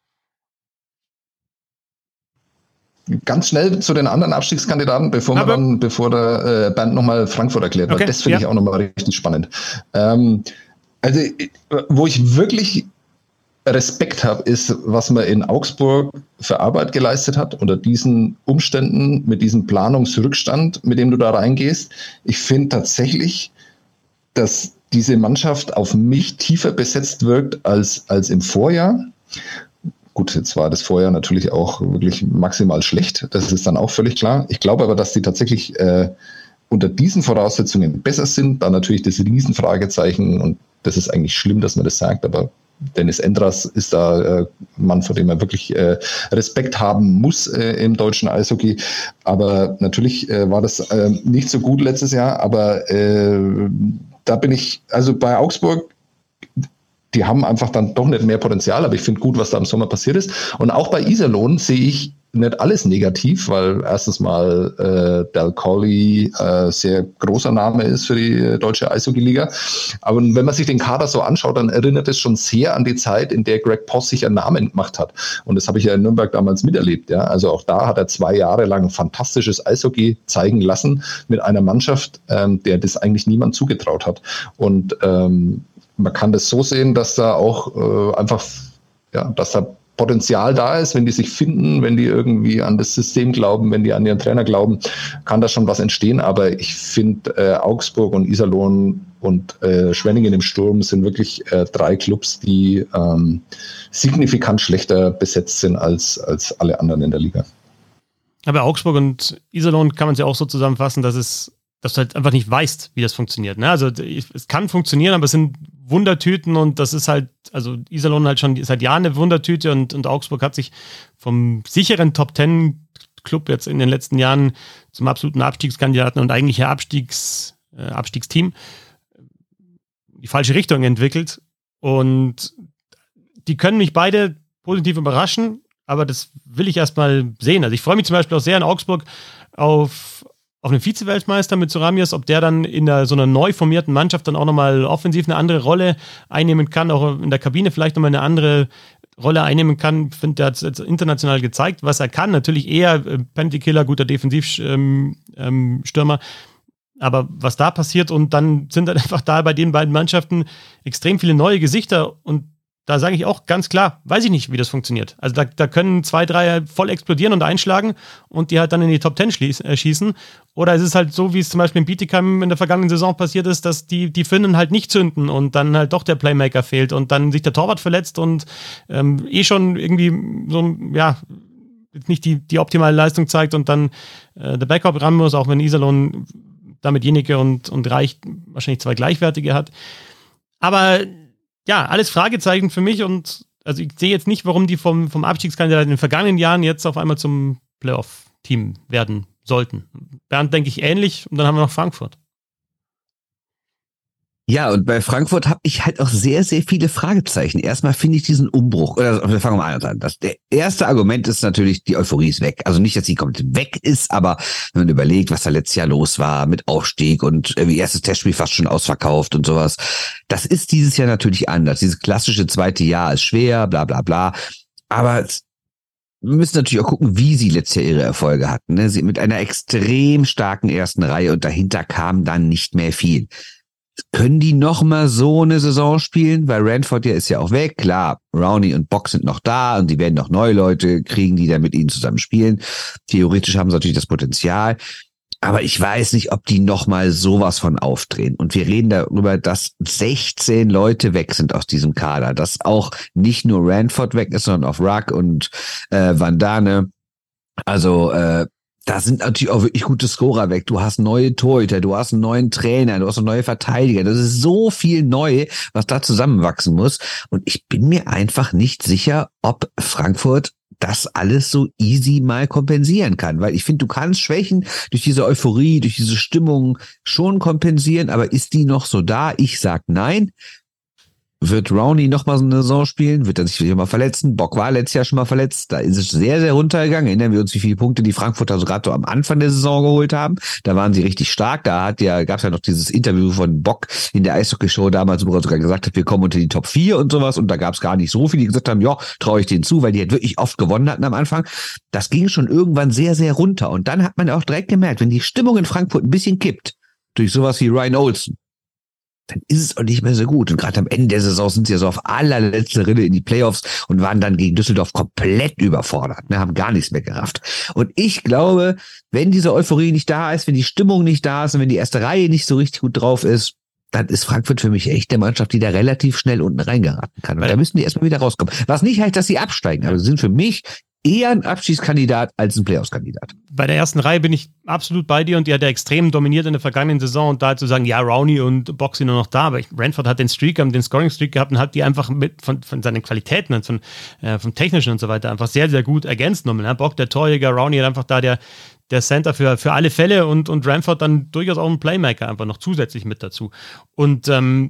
Ganz schnell zu den anderen Abstiegskandidaten, bevor der Bernd nochmal Frankfurt erklärt, weil das finde ich auch nochmal richtig spannend. Also, wo ich wirklich Respekt habe, ist, was man in Augsburg für Arbeit geleistet hat, unter diesen Umständen, mit diesem Planungsrückstand, mit dem du da reingehst. Ich finde tatsächlich, dass diese Mannschaft auf mich tiefer besetzt wirkt als im Vorjahr. Gut, jetzt war das Vorjahr natürlich auch wirklich maximal schlecht. Das ist dann auch völlig klar. Ich glaube aber, dass die tatsächlich unter diesen Voraussetzungen besser sind. Da natürlich das Riesenfragezeichen und das ist eigentlich schlimm, dass man das sagt, aber Dennis Endras ist da ein Mann, vor dem man wirklich Respekt haben muss im deutschen Eishockey. Aber natürlich war das nicht so gut letztes Jahr. Aber da bin ich, also bei Augsburg, die haben einfach dann doch nicht mehr Potenzial. Aber ich finde gut, was da im Sommer passiert ist. Und auch bei Iserlohn sehe ich nicht alles negativ, weil erstens mal Del Colley sehr großer Name ist für die deutsche Eishockey-Liga. Aber wenn man sich den Kader so anschaut, dann erinnert es schon sehr an die Zeit, in der Greg Poss sich einen Namen gemacht hat. Und das habe ich ja in Nürnberg damals miterlebt. Ja? Also auch da hat er 2 Jahre lang fantastisches Eishockey zeigen lassen mit einer Mannschaft, der das eigentlich niemand zugetraut hat. Und man kann das so sehen, dass da auch einfach, ja, dass da Potenzial da ist, wenn die sich finden, wenn die irgendwie an das System glauben, wenn die an ihren Trainer glauben, kann da schon was entstehen. Aber ich finde, Augsburg und Iserlohn und Schwenningen im Sturm sind wirklich 3 Clubs, die signifikant schlechter besetzt sind als alle anderen in der Liga. Aber Augsburg und Iserlohn kann man es ja auch so zusammenfassen, dass du halt einfach nicht weißt, wie das funktioniert. Ne? Also es kann funktionieren, aber es sind Wundertüten und das ist halt, also Iserlohn halt schon seit Jahren eine Wundertüte und Augsburg hat sich vom sicheren Top-10-Club jetzt in den letzten Jahren zum absoluten Abstiegskandidaten und eigentlich Abstiegsteam die falsche Richtung entwickelt. Und die können mich beide positiv überraschen, aber das will ich erstmal sehen. Also ich freue mich zum Beispiel auch sehr in Augsburg auf einen Vize-Weltmeister mit Zoramias, ob der dann in so einer neu formierten Mannschaft dann auch nochmal offensiv eine andere Rolle einnehmen kann, auch in der Kabine vielleicht nochmal eine andere Rolle einnehmen kann. Ich finde, der hat jetzt international gezeigt, was er kann. Natürlich eher Penalty-Killer, guter Defensivstürmer. Aber was da passiert und dann sind halt einfach da bei den beiden Mannschaften extrem viele neue Gesichter und da sage ich auch ganz klar, weiß ich nicht, wie das funktioniert. Also da können 2, 3 voll explodieren und einschlagen und die halt dann in die Top 10 schießen. Oder es ist halt so, wie es zum Beispiel in Bietigheim in der vergangenen Saison passiert ist, dass die Finnen halt nicht zünden und dann halt doch der Playmaker fehlt und dann sich der Torwart verletzt und schon irgendwie so, ja, nicht die optimale Leistung zeigt und dann der Backup ran muss, auch wenn Iserlohn damit Jenike und Reich wahrscheinlich 2 gleichwertige hat. Aber ja, alles Fragezeichen für mich und also ich sehe jetzt nicht, warum die vom Abstiegskandidaten in den vergangenen Jahren jetzt auf einmal zum Playoff-Team werden sollten. Bernd denke ich ähnlich und dann haben wir noch Frankfurt. Ja, und bei Frankfurt habe ich halt auch sehr, sehr viele Fragezeichen. Erstmal finde ich diesen Umbruch, oder wir fangen mal an. Der erste Argument ist natürlich, die Euphorie ist weg. Also nicht, dass sie komplett weg ist, aber wenn man überlegt, was da letztes Jahr los war mit Aufstieg und irgendwie erstes Testspiel fast schon ausverkauft und sowas. Das ist dieses Jahr natürlich anders. Dieses klassische zweite Jahr ist schwer, bla bla bla. Aber wir müssen natürlich auch gucken, wie sie letztes Jahr ihre Erfolge hatten. Ne? Sie mit einer extrem starken ersten Reihe und dahinter kam dann nicht mehr viel. Können die noch mal so eine Saison spielen? Weil Ranford ja ist ja auch weg. Klar, Rowney und Bock sind noch da und die werden noch neue Leute kriegen, die dann mit ihnen zusammen spielen. Theoretisch haben sie natürlich das Potenzial. Aber ich weiß nicht, ob die noch mal sowas von aufdrehen. Und wir reden darüber, dass 16 Leute weg sind aus diesem Kader. Dass auch nicht nur Ranford weg ist, sondern auch Ruck und Van Dane. Also da sind natürlich auch wirklich gute Scorer weg. Du hast neue Torhüter, du hast einen neuen Trainer, du hast einen neuen Verteidiger. Das ist so viel neu, was da zusammenwachsen muss. Und ich bin mir einfach nicht sicher, ob Frankfurt das alles so easy mal kompensieren kann. Weil ich finde, du kannst Schwächen durch diese Euphorie, durch diese Stimmung schon kompensieren. Aber ist die noch so da? Ich sag nein. Wird Rowney noch mal so eine Saison spielen? Wird er sich wieder mal verletzen? Bock war letztes Jahr schon mal verletzt. Da ist es sehr, sehr runtergegangen. Erinnern wir uns, wie viele Punkte die Frankfurter so gerade so am Anfang der Saison geholt haben. Da waren sie richtig stark. Da gab es ja noch dieses Interview von Bock in der Eishockey-Show damals, wo er sogar gesagt hat, wir kommen unter die Top 4 und sowas. Und da gab es gar nicht so viele, die gesagt haben, ja, traue ich denen zu, weil die halt wirklich oft gewonnen hatten am Anfang. Das ging schon irgendwann sehr, sehr runter. Und dann hat man auch direkt gemerkt, wenn die Stimmung in Frankfurt ein bisschen kippt, durch sowas wie Ryan Olsen, dann ist es auch nicht mehr so gut. Und gerade am Ende der Saison sind sie ja so auf allerletzte Rille in die Playoffs und waren dann gegen Düsseldorf komplett überfordert, ne, haben gar nichts mehr gerafft. Und ich glaube, wenn diese Euphorie nicht da ist, wenn die Stimmung nicht da ist und wenn die erste Reihe nicht so richtig gut drauf ist, dann ist Frankfurt für mich echt eine Mannschaft, die da relativ schnell unten reingeraten kann. Und da müssen die erstmal wieder rauskommen. Was nicht heißt, dass sie absteigen, aber sie sind für mich eher ein Abschiedskandidat als ein Playoffs-Kandidat. Bei der ersten Reihe bin ich absolut bei dir und die hat ja extrem dominiert in der vergangenen Saison und da zu sagen, ja, Rowney und Bock sind nur noch da, aber Ranford hat den Scoring-Streak gehabt und hat die einfach von seinen Qualitäten und vom Technischen und so weiter einfach sehr, sehr gut ergänzt. Ne? Bock, der Torjäger, Rowney hat einfach da der Center für alle Fälle und Ranford dann durchaus auch ein Playmaker einfach noch zusätzlich mit dazu. Und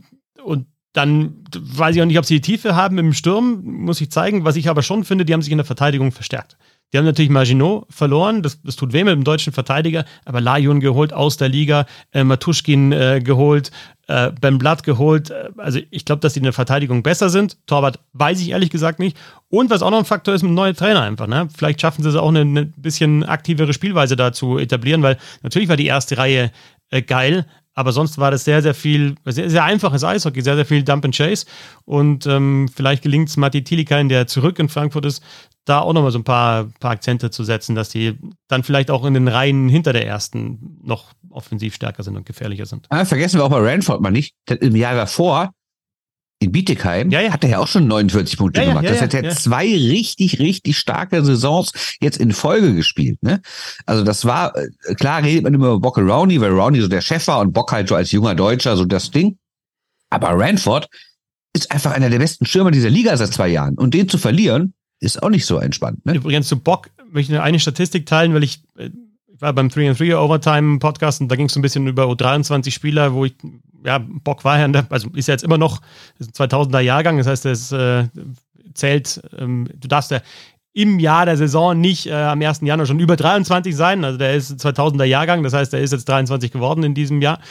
dann weiß ich auch nicht, ob sie die Tiefe haben im Sturm, muss ich zeigen. Was ich aber schon finde, die haben sich in der Verteidigung verstärkt. Die haben natürlich Maginot verloren, das tut weh mit dem deutschen Verteidiger, aber Lajun geholt aus der Liga, Matuschkin geholt, Ben Blatt geholt. Also ich glaube, dass die in der Verteidigung besser sind. Torwart weiß ich ehrlich gesagt nicht. Und was auch noch ein Faktor ist, mit einem neuen Trainer einfach. Ne? Vielleicht schaffen sie es auch, eine bisschen aktivere Spielweise da zu etablieren, weil natürlich war die erste Reihe geil, aber sonst war das sehr, sehr viel, sehr, sehr einfaches Eishockey, sehr, sehr viel Dump and Chase. Und vielleicht gelingt es Matti Tilikainen, der zurück in Frankfurt ist, da auch nochmal so ein paar Akzente zu setzen, dass die dann vielleicht auch in den Reihen hinter der ersten noch offensiv stärker sind und gefährlicher sind. Vergessen wir auch bei Ranford mal nicht, im Jahr davor in Bietigheim hat er ja auch schon 49 Punkte gemacht. Das hat er 2 richtig, richtig starke Saisons jetzt in Folge gespielt. Ne? Also das war, klar redet man immer über Bock und Rowney, weil Rowney so der Chef war und Bock halt so als junger Deutscher so das Ding. Aber Ranford ist einfach einer der besten Stürmer dieser Liga seit 2 Jahren. Und den zu verlieren, ist auch nicht so entspannt. Ne? Übrigens zu Bock möchte ich eine Statistik teilen, weil ich war beim 3-on-3 Overtime Podcast und da ging es so ein bisschen über U23 Spieler, wo ich, Bock war ja, also ist ja jetzt immer noch, ist ein 2000er Jahrgang, das heißt, es zählt, du darfst ja im Jahr der Saison nicht am 1. Januar schon über 23 sein, also der ist 2000er Jahrgang, das heißt, der ist jetzt 23 geworden in diesem Jahr.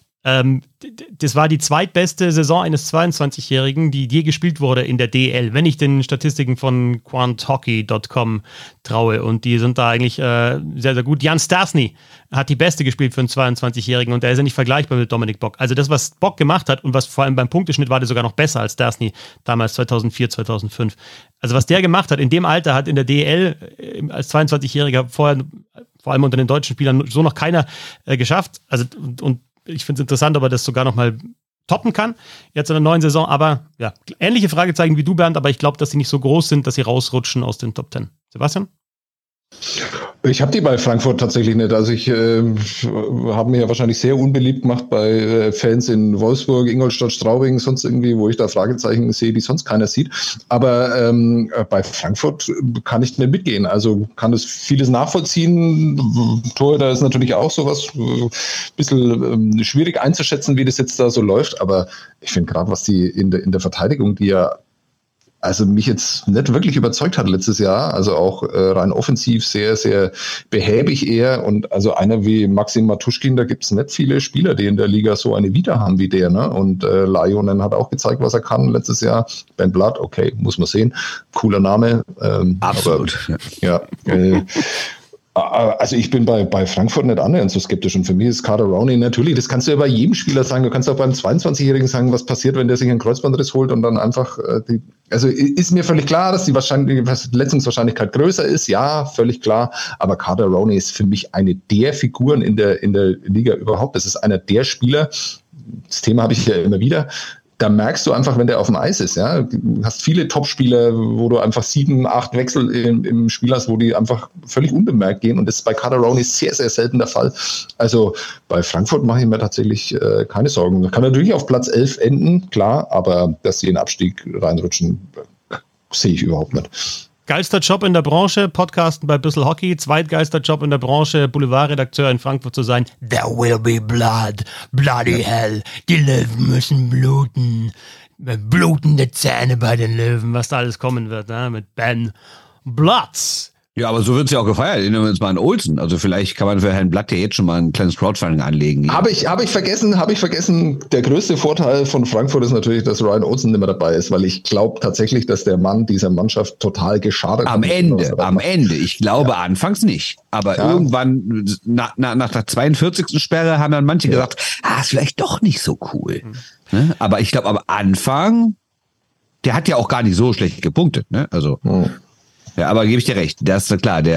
Das war die zweitbeste Saison eines 22-Jährigen, die je gespielt wurde in der DL, wenn ich den Statistiken von quanthockey.com traue. Und die sind da eigentlich sehr, sehr gut. Jan Stastny hat die beste gespielt für einen 22-Jährigen und der ist ja nicht vergleichbar mit Dominik Bock. Also das, was Bock gemacht hat und was vor allem beim Punkteschnitt war, der sogar noch besser als Stastny damals 2004, 2005. Also was der gemacht hat in dem Alter, hat in der DL als 22-Jähriger vorher, vor allem unter den deutschen Spielern, so noch keiner geschafft. Also und ich finde es interessant, ob er das sogar noch mal toppen kann, jetzt in der neuen Saison. Aber ja, ähnliche Fragezeichen wie du, Bernd, aber ich glaube, dass sie nicht so groß sind, dass sie rausrutschen aus den Top 10. Sebastian? Ich habe die bei Frankfurt tatsächlich nicht. Also ich habe mir ja wahrscheinlich sehr unbeliebt gemacht bei Fans in Wolfsburg, Ingolstadt, Straubing, sonst irgendwie, wo ich da Fragezeichen sehe, die sonst keiner sieht. Aber bei Frankfurt kann ich nicht mitgehen. Also kann das vieles nachvollziehen. Torhüter ist natürlich auch sowas. Bisschen schwierig einzuschätzen, wie das jetzt da so läuft. Aber ich finde gerade, was die in der Verteidigung, die ja also mich jetzt nicht wirklich überzeugt hat letztes Jahr, also auch rein offensiv sehr, sehr behäbig eher und also einer wie Maxim Matuschkin, da gibt es nicht viele Spieler, die in der Liga so eine Vita haben wie der, ne? Und Lionen hat auch gezeigt, was er kann letztes Jahr. Ben Blatt, okay, muss man sehen, cooler Name. Absolut. Aber, also ich bin bei Frankfurt nicht annähernd so skeptisch und für mich ist Carter Rowney natürlich, das kannst du ja bei jedem Spieler sagen, du kannst auch beim 22-Jährigen sagen, was passiert, wenn der sich einen Kreuzbandriss holt und dann einfach, also ist mir völlig klar, dass die Verletzungswahrscheinlichkeit größer ist, ja, völlig klar, aber Carter Rowney ist für mich eine der Figuren in der Liga überhaupt, das ist einer der Spieler, das Thema habe ich ja immer wieder, da merkst du einfach, wenn der auf dem Eis ist, ja, du hast viele Top-Spieler, wo du einfach 7, 8 Wechsel im Spiel hast, wo die einfach völlig unbemerkt gehen und das ist bei Carter Rowney sehr, sehr selten der Fall. Also bei Frankfurt mache ich mir tatsächlich keine Sorgen. Kann natürlich auf Platz 11 enden, klar, aber dass sie in den Abstieg reinrutschen, sehe ich überhaupt nicht. Geilster Job in der Branche, Podcasten bei Bissl Hockey. Zweitgeilster Job in der Branche, Boulevardredakteur in Frankfurt zu sein. There will be blood, bloody hell. Die Löwen müssen bluten. Blutende Zähne bei den Löwen, was da alles kommen wird, ne? Mit Ben Blotz. Ja, aber so wird es ja auch gefeiert. Erinnern wir uns mal an Olsen. Also vielleicht kann man für Herrn Blatt ja jetzt schon mal ein kleines Crowdfunding anlegen. Ja. Habe ich vergessen. Der größte Vorteil von Frankfurt ist natürlich, dass Ryan Olsen nicht mehr dabei ist, weil ich glaube tatsächlich, dass der Mann dieser Mannschaft total geschadet hat. Am Ende. Ich glaube anfangs nicht. Aber irgendwann, nach der 42. Sperre, haben dann manche gesagt, ist vielleicht doch nicht so cool. Ne? Aber ich glaube, am Anfang, der hat ja auch gar nicht so schlecht gepunktet. Ne? Also ja, aber gebe ich dir recht. Das ist klar,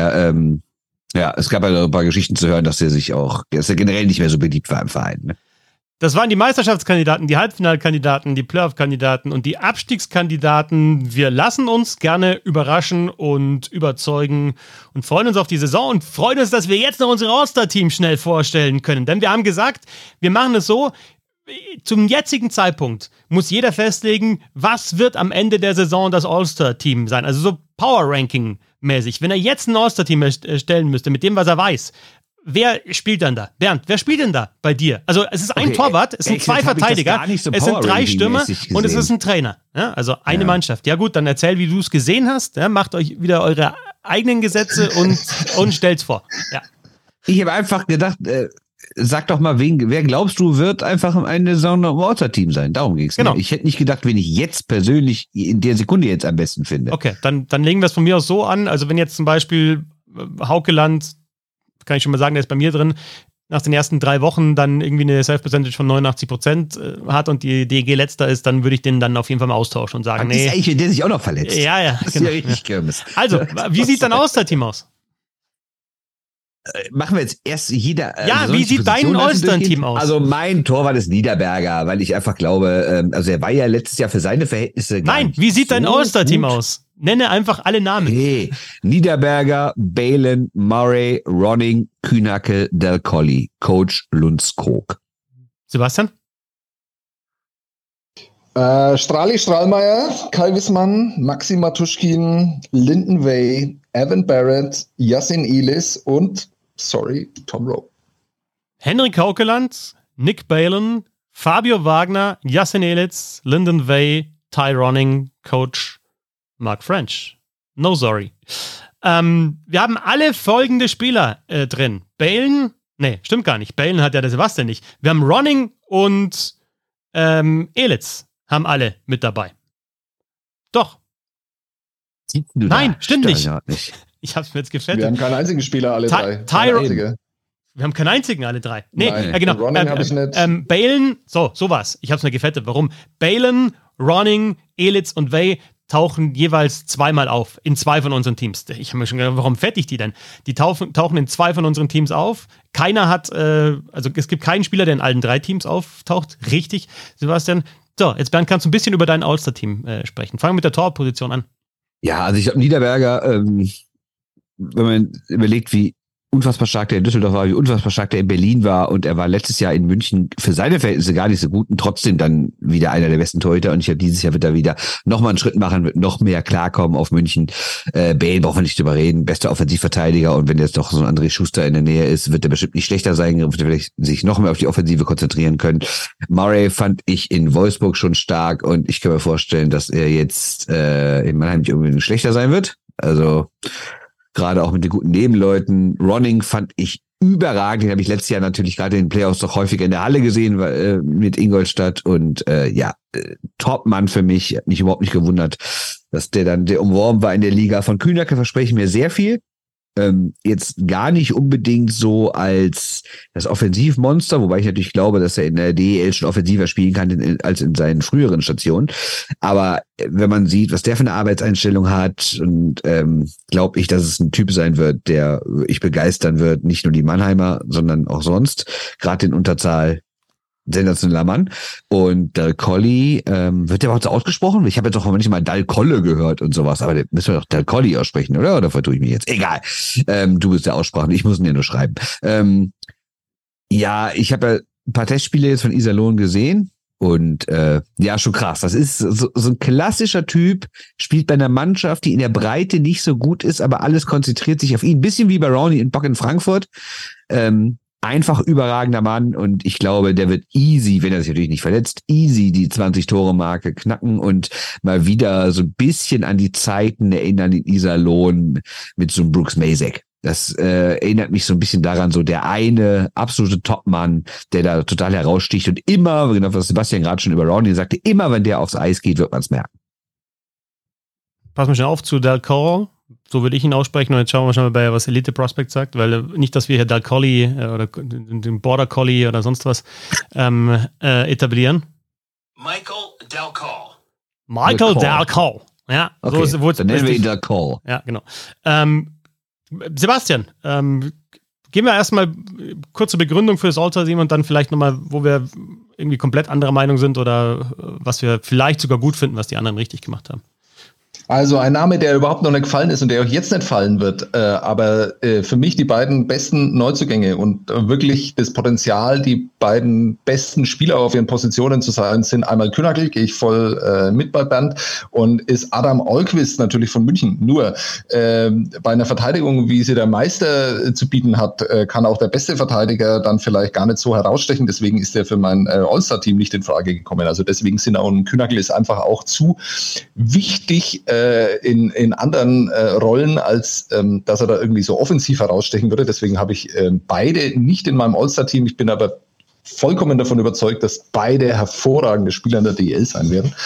es gab ja ein paar Geschichten zu hören, dass der generell nicht mehr so beliebt war im Verein. Ne? Das waren die Meisterschaftskandidaten, die Halbfinalkandidaten, die Playoff-Kandidaten und die Abstiegskandidaten. Wir lassen uns gerne überraschen und überzeugen und freuen uns auf die Saison und freuen uns, dass wir jetzt noch unser All-Star-Team schnell vorstellen können. Denn wir haben gesagt, wir machen es so, zum jetzigen Zeitpunkt muss jeder festlegen, was wird am Ende der Saison das All-Star-Team sein. Also so Power-Ranking-mäßig. Wenn er jetzt ein All-Star-Team erstellen müsste, mit dem, was er weiß, wer spielt dann da? Bernd, wer spielt denn da bei dir? Also es ist ein Torwart, es sind 2 Verteidiger, es sind 3 Stürmer und es ist ein Trainer. Ja, also eine Mannschaft. Ja gut, dann erzähl, wie du es gesehen hast. Ja, macht euch wieder eure eigenen Gesetze und stell's vor. Ja. Ich habe einfach gedacht, sag doch mal, wer glaubst du, wird einfach am Ende der Saison noch im All-Star-Team sein? Darum ging es. Genau. Ich hätte nicht gedacht, wen ich jetzt persönlich in der Sekunde jetzt am besten finde. Okay, dann legen wir es von mir aus so an. Also wenn jetzt zum Beispiel Haukeland, kann ich schon mal sagen, der ist bei mir drin, nach den ersten 3 Wochen dann irgendwie eine Self-Percentage von 89% hat und die DEG letzter ist, dann würde ich den dann auf jeden Fall mal austauschen und sagen, nee. Ist eigentlich, wenn der sich auch noch verletzt. Ja. Das ist ja richtig Kirmes. Also, wie sieht dein All-Star-Team aus? Machen wir jetzt erst jeder. Ja, wie sieht dein All-Star-Team aus? Also mein Torwart ist Niederberger, weil ich einfach glaube, also er war ja letztes Jahr für seine Verhältnisse. Nein, wie sieht dein All-Star-Team aus? Nenne einfach alle Namen. Okay. Niederberger, Balen, Murray, Ronning, Kühnacke, Del Colli, Coach Lundskog. Sebastian? Strali Strahlmeier, Kai Wissmann, Maxi Matuschkin, Lyndon Way, Evan Barrett, Yassin Elis und, Tom Rowe. Henrik Haukeland, Nick Balen, Fabio Wagner, Yassin Elis, Lyndon Way, Ty Ronning, Coach Mark French. No sorry. Wir haben alle folgende Spieler drin. Balen, nee, stimmt gar nicht. Balen hat ja der Sebastian nicht. Wir haben Ronning und Elitz haben alle mit dabei. Doch. Nein, stimmt nicht. Ich hab's mir jetzt gefettet. Wir haben keinen einzigen Spieler, alle drei. Wir haben keinen einzigen, alle drei. Nee, Nein, genau. Ronning habe ich nicht. Balen, so war's. Ich hab's mir gefettet. Warum? Balen, Ronning, Elitz und Way tauchen jeweils 2-mal auf in 2 von unseren Teams. Ich habe mir schon gedacht, warum fette ich die denn? Die tauchen in 2 von unseren Teams auf. Keiner hat, also es gibt keinen Spieler, der in allen 3 Teams auftaucht. Richtig, Sebastian. So, jetzt Bernd, kannst du ein bisschen über dein All-Star-Team sprechen. Fangen wir mit der Torposition an. Ja, also ich glaube, Niederberger, wenn man überlegt, wie unfassbar stark der in Düsseldorf war, wie unfassbar stark der in Berlin war und er war letztes Jahr in München für seine Verhältnisse gar nicht so gut und trotzdem dann wieder einer der besten Torhüter und ich glaube, dieses Jahr wird er wieder nochmal einen Schritt machen, wird noch mehr klarkommen auf München. Bale brauchen wir nicht drüber reden, bester Offensivverteidiger und wenn jetzt noch so ein André Schuster in der Nähe ist, wird er bestimmt nicht schlechter sein, wird er vielleicht sich noch mehr auf die Offensive konzentrieren können. Murray fand ich in Wolfsburg schon stark und ich kann mir vorstellen, dass er jetzt in Mannheim nicht unbedingt schlechter sein wird. Also gerade auch mit den guten Nebenleuten. Ronning fand ich überragend. Den habe ich letztes Jahr natürlich gerade in den Playoffs doch häufiger in der Halle gesehen mit Ingolstadt. Und Top-Mann für mich. Hat mich überhaupt nicht gewundert, dass der umworben war in der Liga. Von Kühnacke verspreche ich mir sehr viel. Jetzt gar nicht unbedingt so als das Offensivmonster, wobei ich natürlich glaube, dass er in der DEL schon offensiver spielen kann als in seinen früheren Stationen. Aber wenn man sieht, was der für eine Arbeitseinstellung hat, und glaube ich, dass es ein Typ sein wird, der ich begeistern wird, nicht nur die Mannheimer, sondern auch sonst, gerade in Unterzahl. Sensationeller Mann. Und Del Colli, wird der überhaupt so ausgesprochen? Ich habe jetzt auch manchmal Dal Colle gehört und sowas, aber müssen wir doch Del Colli aussprechen, oder? Oder vertue ich mich jetzt? Egal. Du bist der Aussprache, ich muss ihn ja nur schreiben. Ja, ich habe ja ein paar Testspiele jetzt von Iserlohn gesehen und ja, schon krass. Das ist so ein klassischer Typ, spielt bei einer Mannschaft, die in der Breite nicht so gut ist, aber alles konzentriert sich auf ihn. Ein bisschen wie bei Ronny in Bock in Frankfurt. Einfach überragender Mann und ich glaube, der wird easy, wenn er sich natürlich nicht verletzt, easy die 20-Tore-Marke knacken und mal wieder so ein bisschen an die Zeiten erinnern in Iserlohn mit so einem Brooks Mazek. Das erinnert mich so ein bisschen daran, so der eine absolute Top-Mann, der da total heraussticht und immer, genau was Sebastian gerade schon über Ronny sagte, immer wenn der aufs Eis geht, wird man es merken. Pass mal schon auf zu Del Colli. So würde ich ihn aussprechen und jetzt schauen wir schon mal, was Elite Prospect sagt, weil nicht, dass wir hier Del Colli oder den Border Collie oder sonst was etablieren. Michael Del Colli. Michael Del Colli. Ja, okay. So dann nennen wir ihn Del Colli. Ja, genau. Sebastian, geben wir erstmal kurze Begründung für das All-Star-Team und dann vielleicht nochmal, wo wir irgendwie komplett anderer Meinung sind oder was wir vielleicht sogar gut finden, was die anderen richtig gemacht haben. Also ein Name, der überhaupt noch nicht gefallen ist und der auch jetzt nicht fallen wird, aber für mich die beiden besten Neuzugänge und wirklich das Potenzial, die beiden besten Spieler auf ihren Positionen zu sein, sind einmal Kühnacke, gehe ich voll mit bei Bernd, und ist Adam Olquist natürlich von München. Nur bei einer Verteidigung, wie sie der Meister zu bieten hat, kann auch der beste Verteidiger dann vielleicht gar nicht so herausstechen. Deswegen ist er für mein All-Star-Team nicht in Frage gekommen. Also deswegen sind auch ein Kühnacke ist einfach auch zu wichtig in anderen Rollen, als dass er da irgendwie so offensiv herausstechen würde. Deswegen habe ich beide nicht in meinem All-Star-Team. Ich bin aber vollkommen davon überzeugt, dass beide hervorragende Spieler in der DEL sein werden.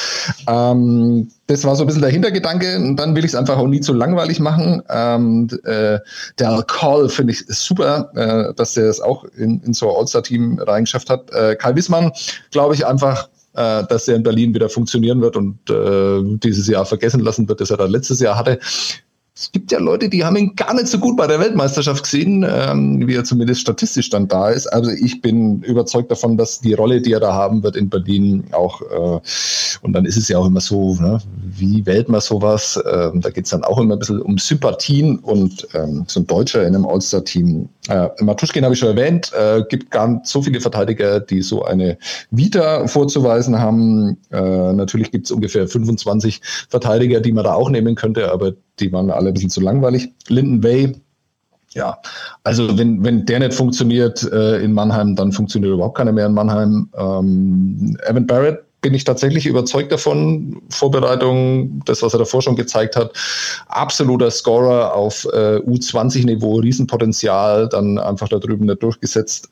Das war so ein bisschen der Hintergedanke, und dann will ich es einfach auch nie zu langweilig machen. Der Call finde ich super, dass der es auch in so ein All-Star-Team reingeschafft hat. Kai Wissmann, glaube ich einfach, dass er in Berlin wieder funktionieren wird und dieses Jahr vergessen lassen wird, dass er da letztes Jahr hatte. Es gibt ja Leute, die haben ihn gar nicht so gut bei der Weltmeisterschaft gesehen, wie er zumindest statistisch dann da ist. Also ich bin überzeugt davon, dass die Rolle, die er da haben wird in Berlin auch, und dann ist es ja auch immer so, ne, wie wählt man sowas? Da geht es dann auch immer ein bisschen um Sympathien, und so ein Deutscher in einem All-Star-Team. Matuschkin habe ich schon erwähnt, gibt gar nicht so viele Verteidiger, die so eine Vita vorzuweisen haben. Natürlich gibt es ungefähr 25 Verteidiger, die man da auch nehmen könnte, aber die waren alle ein bisschen zu langweilig. Lyndon Way, ja, also wenn der nicht funktioniert in Mannheim, dann funktioniert überhaupt keiner mehr in Mannheim. Evan Barrett bin ich tatsächlich überzeugt davon. Vorbereitung, das, was er davor schon gezeigt hat, absoluter Scorer auf U20-Niveau, Riesenpotenzial, dann einfach da drüben nicht durchgesetzt,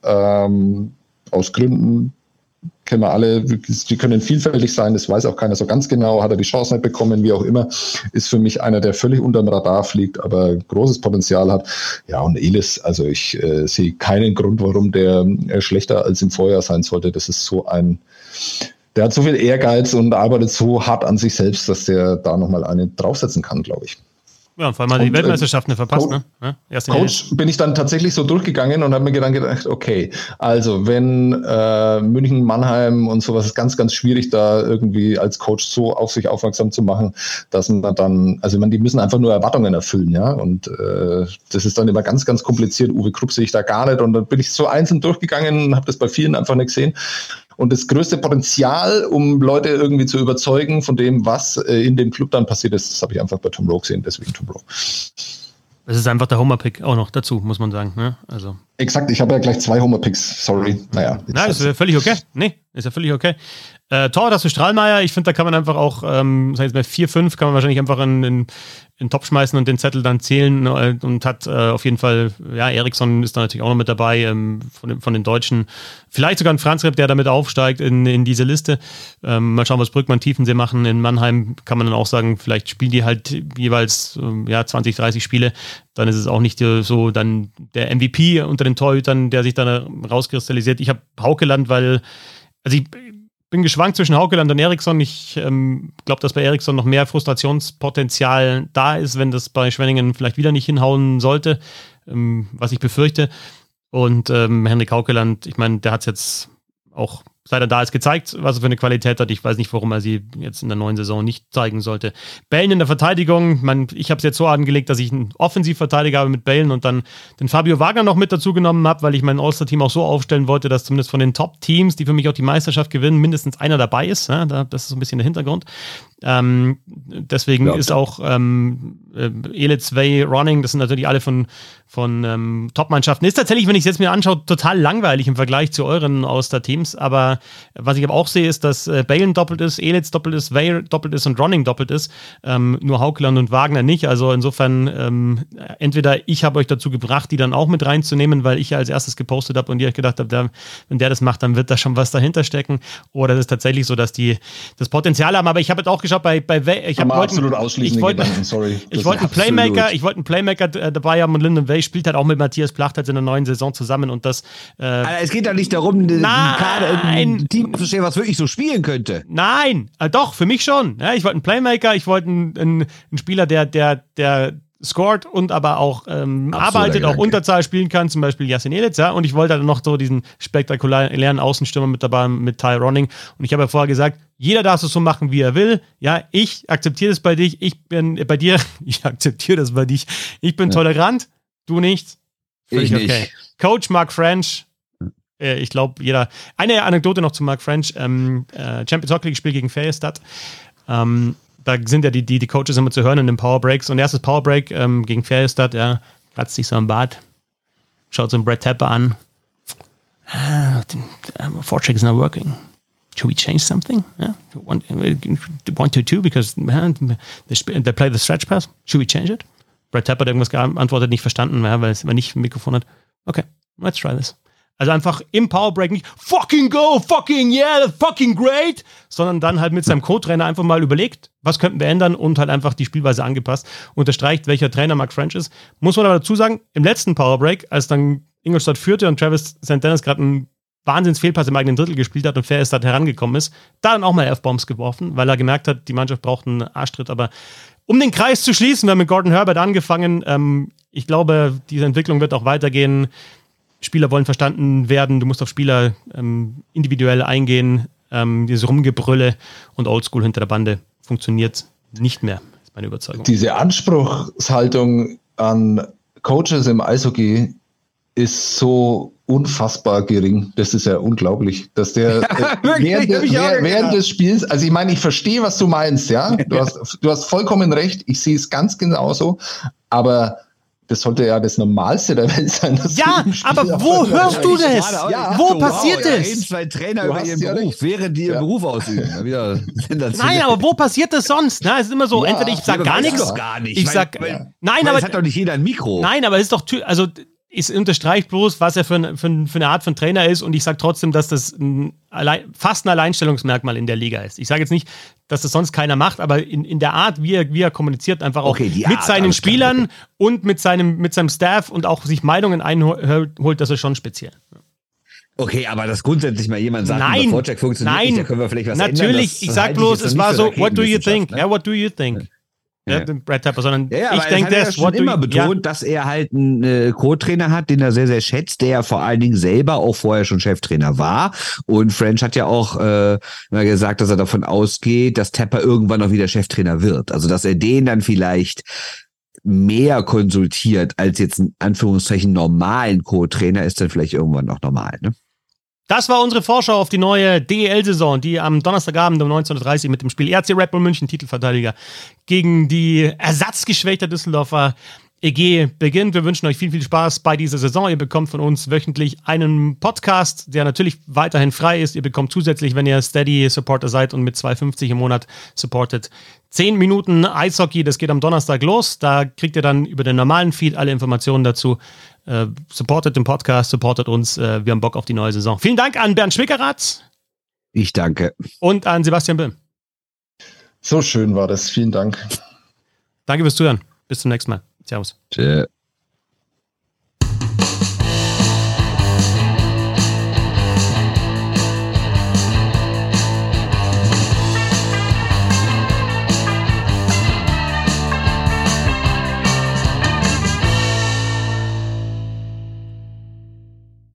aus Gründen. Kennen wir alle, die können vielfältig sein, das weiß auch keiner so ganz genau, hat er die Chance nicht bekommen, wie auch immer, ist für mich einer, der völlig unterm Radar fliegt, aber großes Potenzial hat. Ja, und Elis, also ich sehe keinen Grund, warum der schlechter als im Vorjahr sein sollte. Das ist so der hat so viel Ehrgeiz und arbeitet so hart an sich selbst, dass der da nochmal eine draufsetzen kann, glaube ich. Ja, und vor allem hat die Weltmeisterschaft nicht verpasst, ne? Ja, Coach bin ich dann tatsächlich so durchgegangen und habe mir dann gedacht, okay, also wenn München, Mannheim und sowas ist ganz, ganz schwierig, da irgendwie als Coach so auf sich aufmerksam zu machen, dass man dann, also die müssen einfach nur Erwartungen erfüllen, ja, und das ist dann immer ganz, ganz kompliziert. Uwe Krupp sehe ich da gar nicht, und dann bin ich so einzeln durchgegangen und habe das bei vielen einfach nicht gesehen. Und das größte Potenzial, um Leute irgendwie zu überzeugen von dem, was in dem Club dann passiert ist, das habe ich einfach bei Tom Rowe gesehen, deswegen Tom Rowe. Das ist einfach der Homer-Pick auch noch dazu, muss man sagen. Ne? Also. Exakt, ich habe ja gleich 2 Homer-Picks, sorry. Naja. Nein, ist ja völlig okay. Nee, ist ja völlig okay. Torwart hast du Strahlmeier. Ich finde, da kann man einfach auch, sag ich jetzt mal 4-5, kann man wahrscheinlich einfach in den Topf schmeißen und den Zettel dann zählen, und hat auf jeden Fall, ja, Eriksson ist da natürlich auch noch mit dabei, von den Deutschen. Vielleicht sogar ein Franz-Repp, der damit aufsteigt in diese Liste. Mal schauen, was Brückmann, Tiefensee machen. In Mannheim kann man dann auch sagen, vielleicht spielen die halt jeweils 20, 30 Spiele. Dann ist es auch nicht so dann der MVP unter den Torhütern, der sich dann rauskristallisiert. Ich habe Haukeland, also ich bin geschwankt zwischen Haukeland und Eriksson. Ich glaube, dass bei Eriksson noch mehr Frustrationspotenzial da ist, wenn das bei Schwenningen vielleicht wieder nicht hinhauen sollte, was ich befürchte. Und Henrik Haukeland, ich meine, der hat es jetzt auch, seit er da ist, gezeigt, was er für eine Qualität hat. Ich weiß nicht, warum er sie jetzt in der neuen Saison nicht zeigen sollte. Bällen in der Verteidigung, ich habe es jetzt so angelegt, dass ich einen Offensivverteidiger habe mit Bällen und dann den Fabio Wagner noch mit dazu genommen habe, weil ich mein All-Star-Team auch so aufstellen wollte, dass zumindest von den Top-Teams, die für mich auch die Meisterschaft gewinnen, mindestens einer dabei ist. Ja, das ist so ein bisschen der Hintergrund. Deswegen ist auch Elitz, Way, Ronning, das sind natürlich alle von Top-Mannschaften. Ist tatsächlich, wenn ich es jetzt mir anschaue, total langweilig im Vergleich zu euren All-Star-Teams, aber was ich aber auch sehe, ist, dass Balen doppelt ist, Elitz doppelt ist, Way doppelt ist und Ronning doppelt ist, nur Haukeland und Wagner nicht. Also insofern, entweder ich habe euch dazu gebracht, die dann auch mit reinzunehmen, weil ich ja als erstes gepostet habe und ihr euch gedacht habt, wenn der das macht, dann wird da schon was dahinter stecken, oder es ist tatsächlich so, dass die das Potenzial haben, aber ich habe jetzt auch geschaut, ich wollte einen Playmaker dabei haben, und Lyndon Way spielt halt auch mit Matthias Plachtert in der neuen Saison zusammen, und das es geht ja nicht darum, ein Team zu stellen, was wirklich so spielen könnte. Nein, doch, für mich schon. Ja, ich wollte einen Playmaker, ich wollte einen Spieler, der scored und aber auch arbeitet, auch Unterzahl spielen kann, zum Beispiel Yassin Elitz, ja, und ich wollte dann noch so diesen spektakulären Außenstürmer mit dabei, mit Ty Ronning, und ich habe ja vorher gesagt, jeder darf es so machen, wie er will, ja, ich akzeptiere das bei dich, ich bin bei dir, ich akzeptiere das bei dich, ich bin tolerant, du nicht, völlig ich okay. Nicht. Coach Mark French, ich glaube, eine Anekdote noch zu Mark French, Champions Hockey gespielt gegen Färjestad, da sind ja die Coaches immer zu hören in den Powerbreaks. Und erstes Powerbreak gegen Färjestad, ja, kratzt sich so am Bart, schaut so einen Brett Tapper an. Forecheck is not working. should we change something? Yeah, 1-2-2 because they play the stretch pass. Should we change it? Brad Tappert hat irgendwas geantwortet, nicht verstanden, weil er nicht ein Mikrofon hat. Okay, let's try this. Also einfach im Powerbreak nicht fucking go, fucking yeah, that's fucking great, sondern dann halt mit seinem Co-Trainer einfach mal überlegt, was könnten wir ändern und halt einfach die Spielweise angepasst. Unterstreicht, welcher Trainer Mark French ist. Muss man aber dazu sagen, im letzten Powerbreak, als dann Ingolstadt führte und Travis St. Dennis gerade einen Wahnsinns-Fehlpass im eigenen Drittel gespielt hat und Färjestad herangekommen ist, da dann auch mal F-Bombs geworfen, weil er gemerkt hat, die Mannschaft braucht einen Arschtritt. Aber um den Kreis zu schließen, wir haben mit Gordon Herbert angefangen. Ich glaube, diese Entwicklung wird auch weitergehen. Spieler wollen verstanden werden, du musst auf Spieler individuell eingehen. Dieses Rumgebrülle und Oldschool hinter der Bande funktioniert nicht mehr, ist meine Überzeugung. Diese Anspruchshaltung an Coaches im Eishockey ist so unfassbar gering. Das ist ja unglaublich, dass der während des Spiels, also ich meine, ich verstehe, was du meinst, ja. Du hast vollkommen recht, ich sehe es ganz genauso, aber das sollte ja das Normalste der Welt sein. Ja, aber wo hörst du das? Ja, wo passiert das? Da reden zwei Trainer über ihren Beruf, während die ihren Beruf ausüben. Nein, aber wo passiert das sonst? Na, es ist immer so, entweder ich sag gar nichts. Ich sag, nein, aber es hat doch nicht jeder ein Mikro. Nein, aber es ist doch, also es unterstreicht bloß, was er für eine Art von Trainer ist und ich sage trotzdem, dass das fast ein Alleinstellungsmerkmal in der Liga ist. Ich sage jetzt nicht, dass das sonst keiner macht, aber in der Art, wie er kommuniziert, einfach auch mit seinen Spielern und mit seinem Staff und auch sich Meinungen einholt, das ist schon speziell. Okay, aber dass grundsätzlich mal jemand sagt, nein, Vorcheck funktioniert nicht, da können wir vielleicht was ändern. Natürlich, ich sag bloß, es war so, what do you think? Ja, what do you think? Ja, Brad Tapper, sondern ich denke, das hat immer betont, dass er halt einen Co-Trainer hat, den er sehr, sehr schätzt, der vor allen Dingen selber auch vorher schon Cheftrainer war. Und French hat ja auch mal gesagt, dass er davon ausgeht, dass Tapper irgendwann noch wieder Cheftrainer wird. Also, dass er den dann vielleicht mehr konsultiert als jetzt in Anführungszeichen normalen Co-Trainer, ist dann vielleicht irgendwann noch normal, ne? Das war unsere Vorschau auf die neue DEL-Saison, die am Donnerstagabend um 19:30 Uhr mit dem Spiel RC Red Bull München, Titelverteidiger, gegen die ersatzgeschwächter Düsseldorfer EG beginnt. Wir wünschen euch viel, viel Spaß bei dieser Saison. Ihr bekommt von uns wöchentlich einen Podcast, der natürlich weiterhin frei ist. Ihr bekommt zusätzlich, wenn ihr Steady-Supporter seid und mit 2,50 im Monat supportet, 10 Minuten Eishockey. Das geht am Donnerstag los. Da kriegt ihr dann über den normalen Feed alle Informationen dazu. Supportet den Podcast, supportet uns. Wir haben Bock auf die neue Saison. Vielen Dank an Bernd Schwickerath. Ich danke. Und an Sebastian Böhm. So schön war das. Vielen Dank. Danke fürs Zuhören. Bis zum nächsten Mal. Servus. Tschö.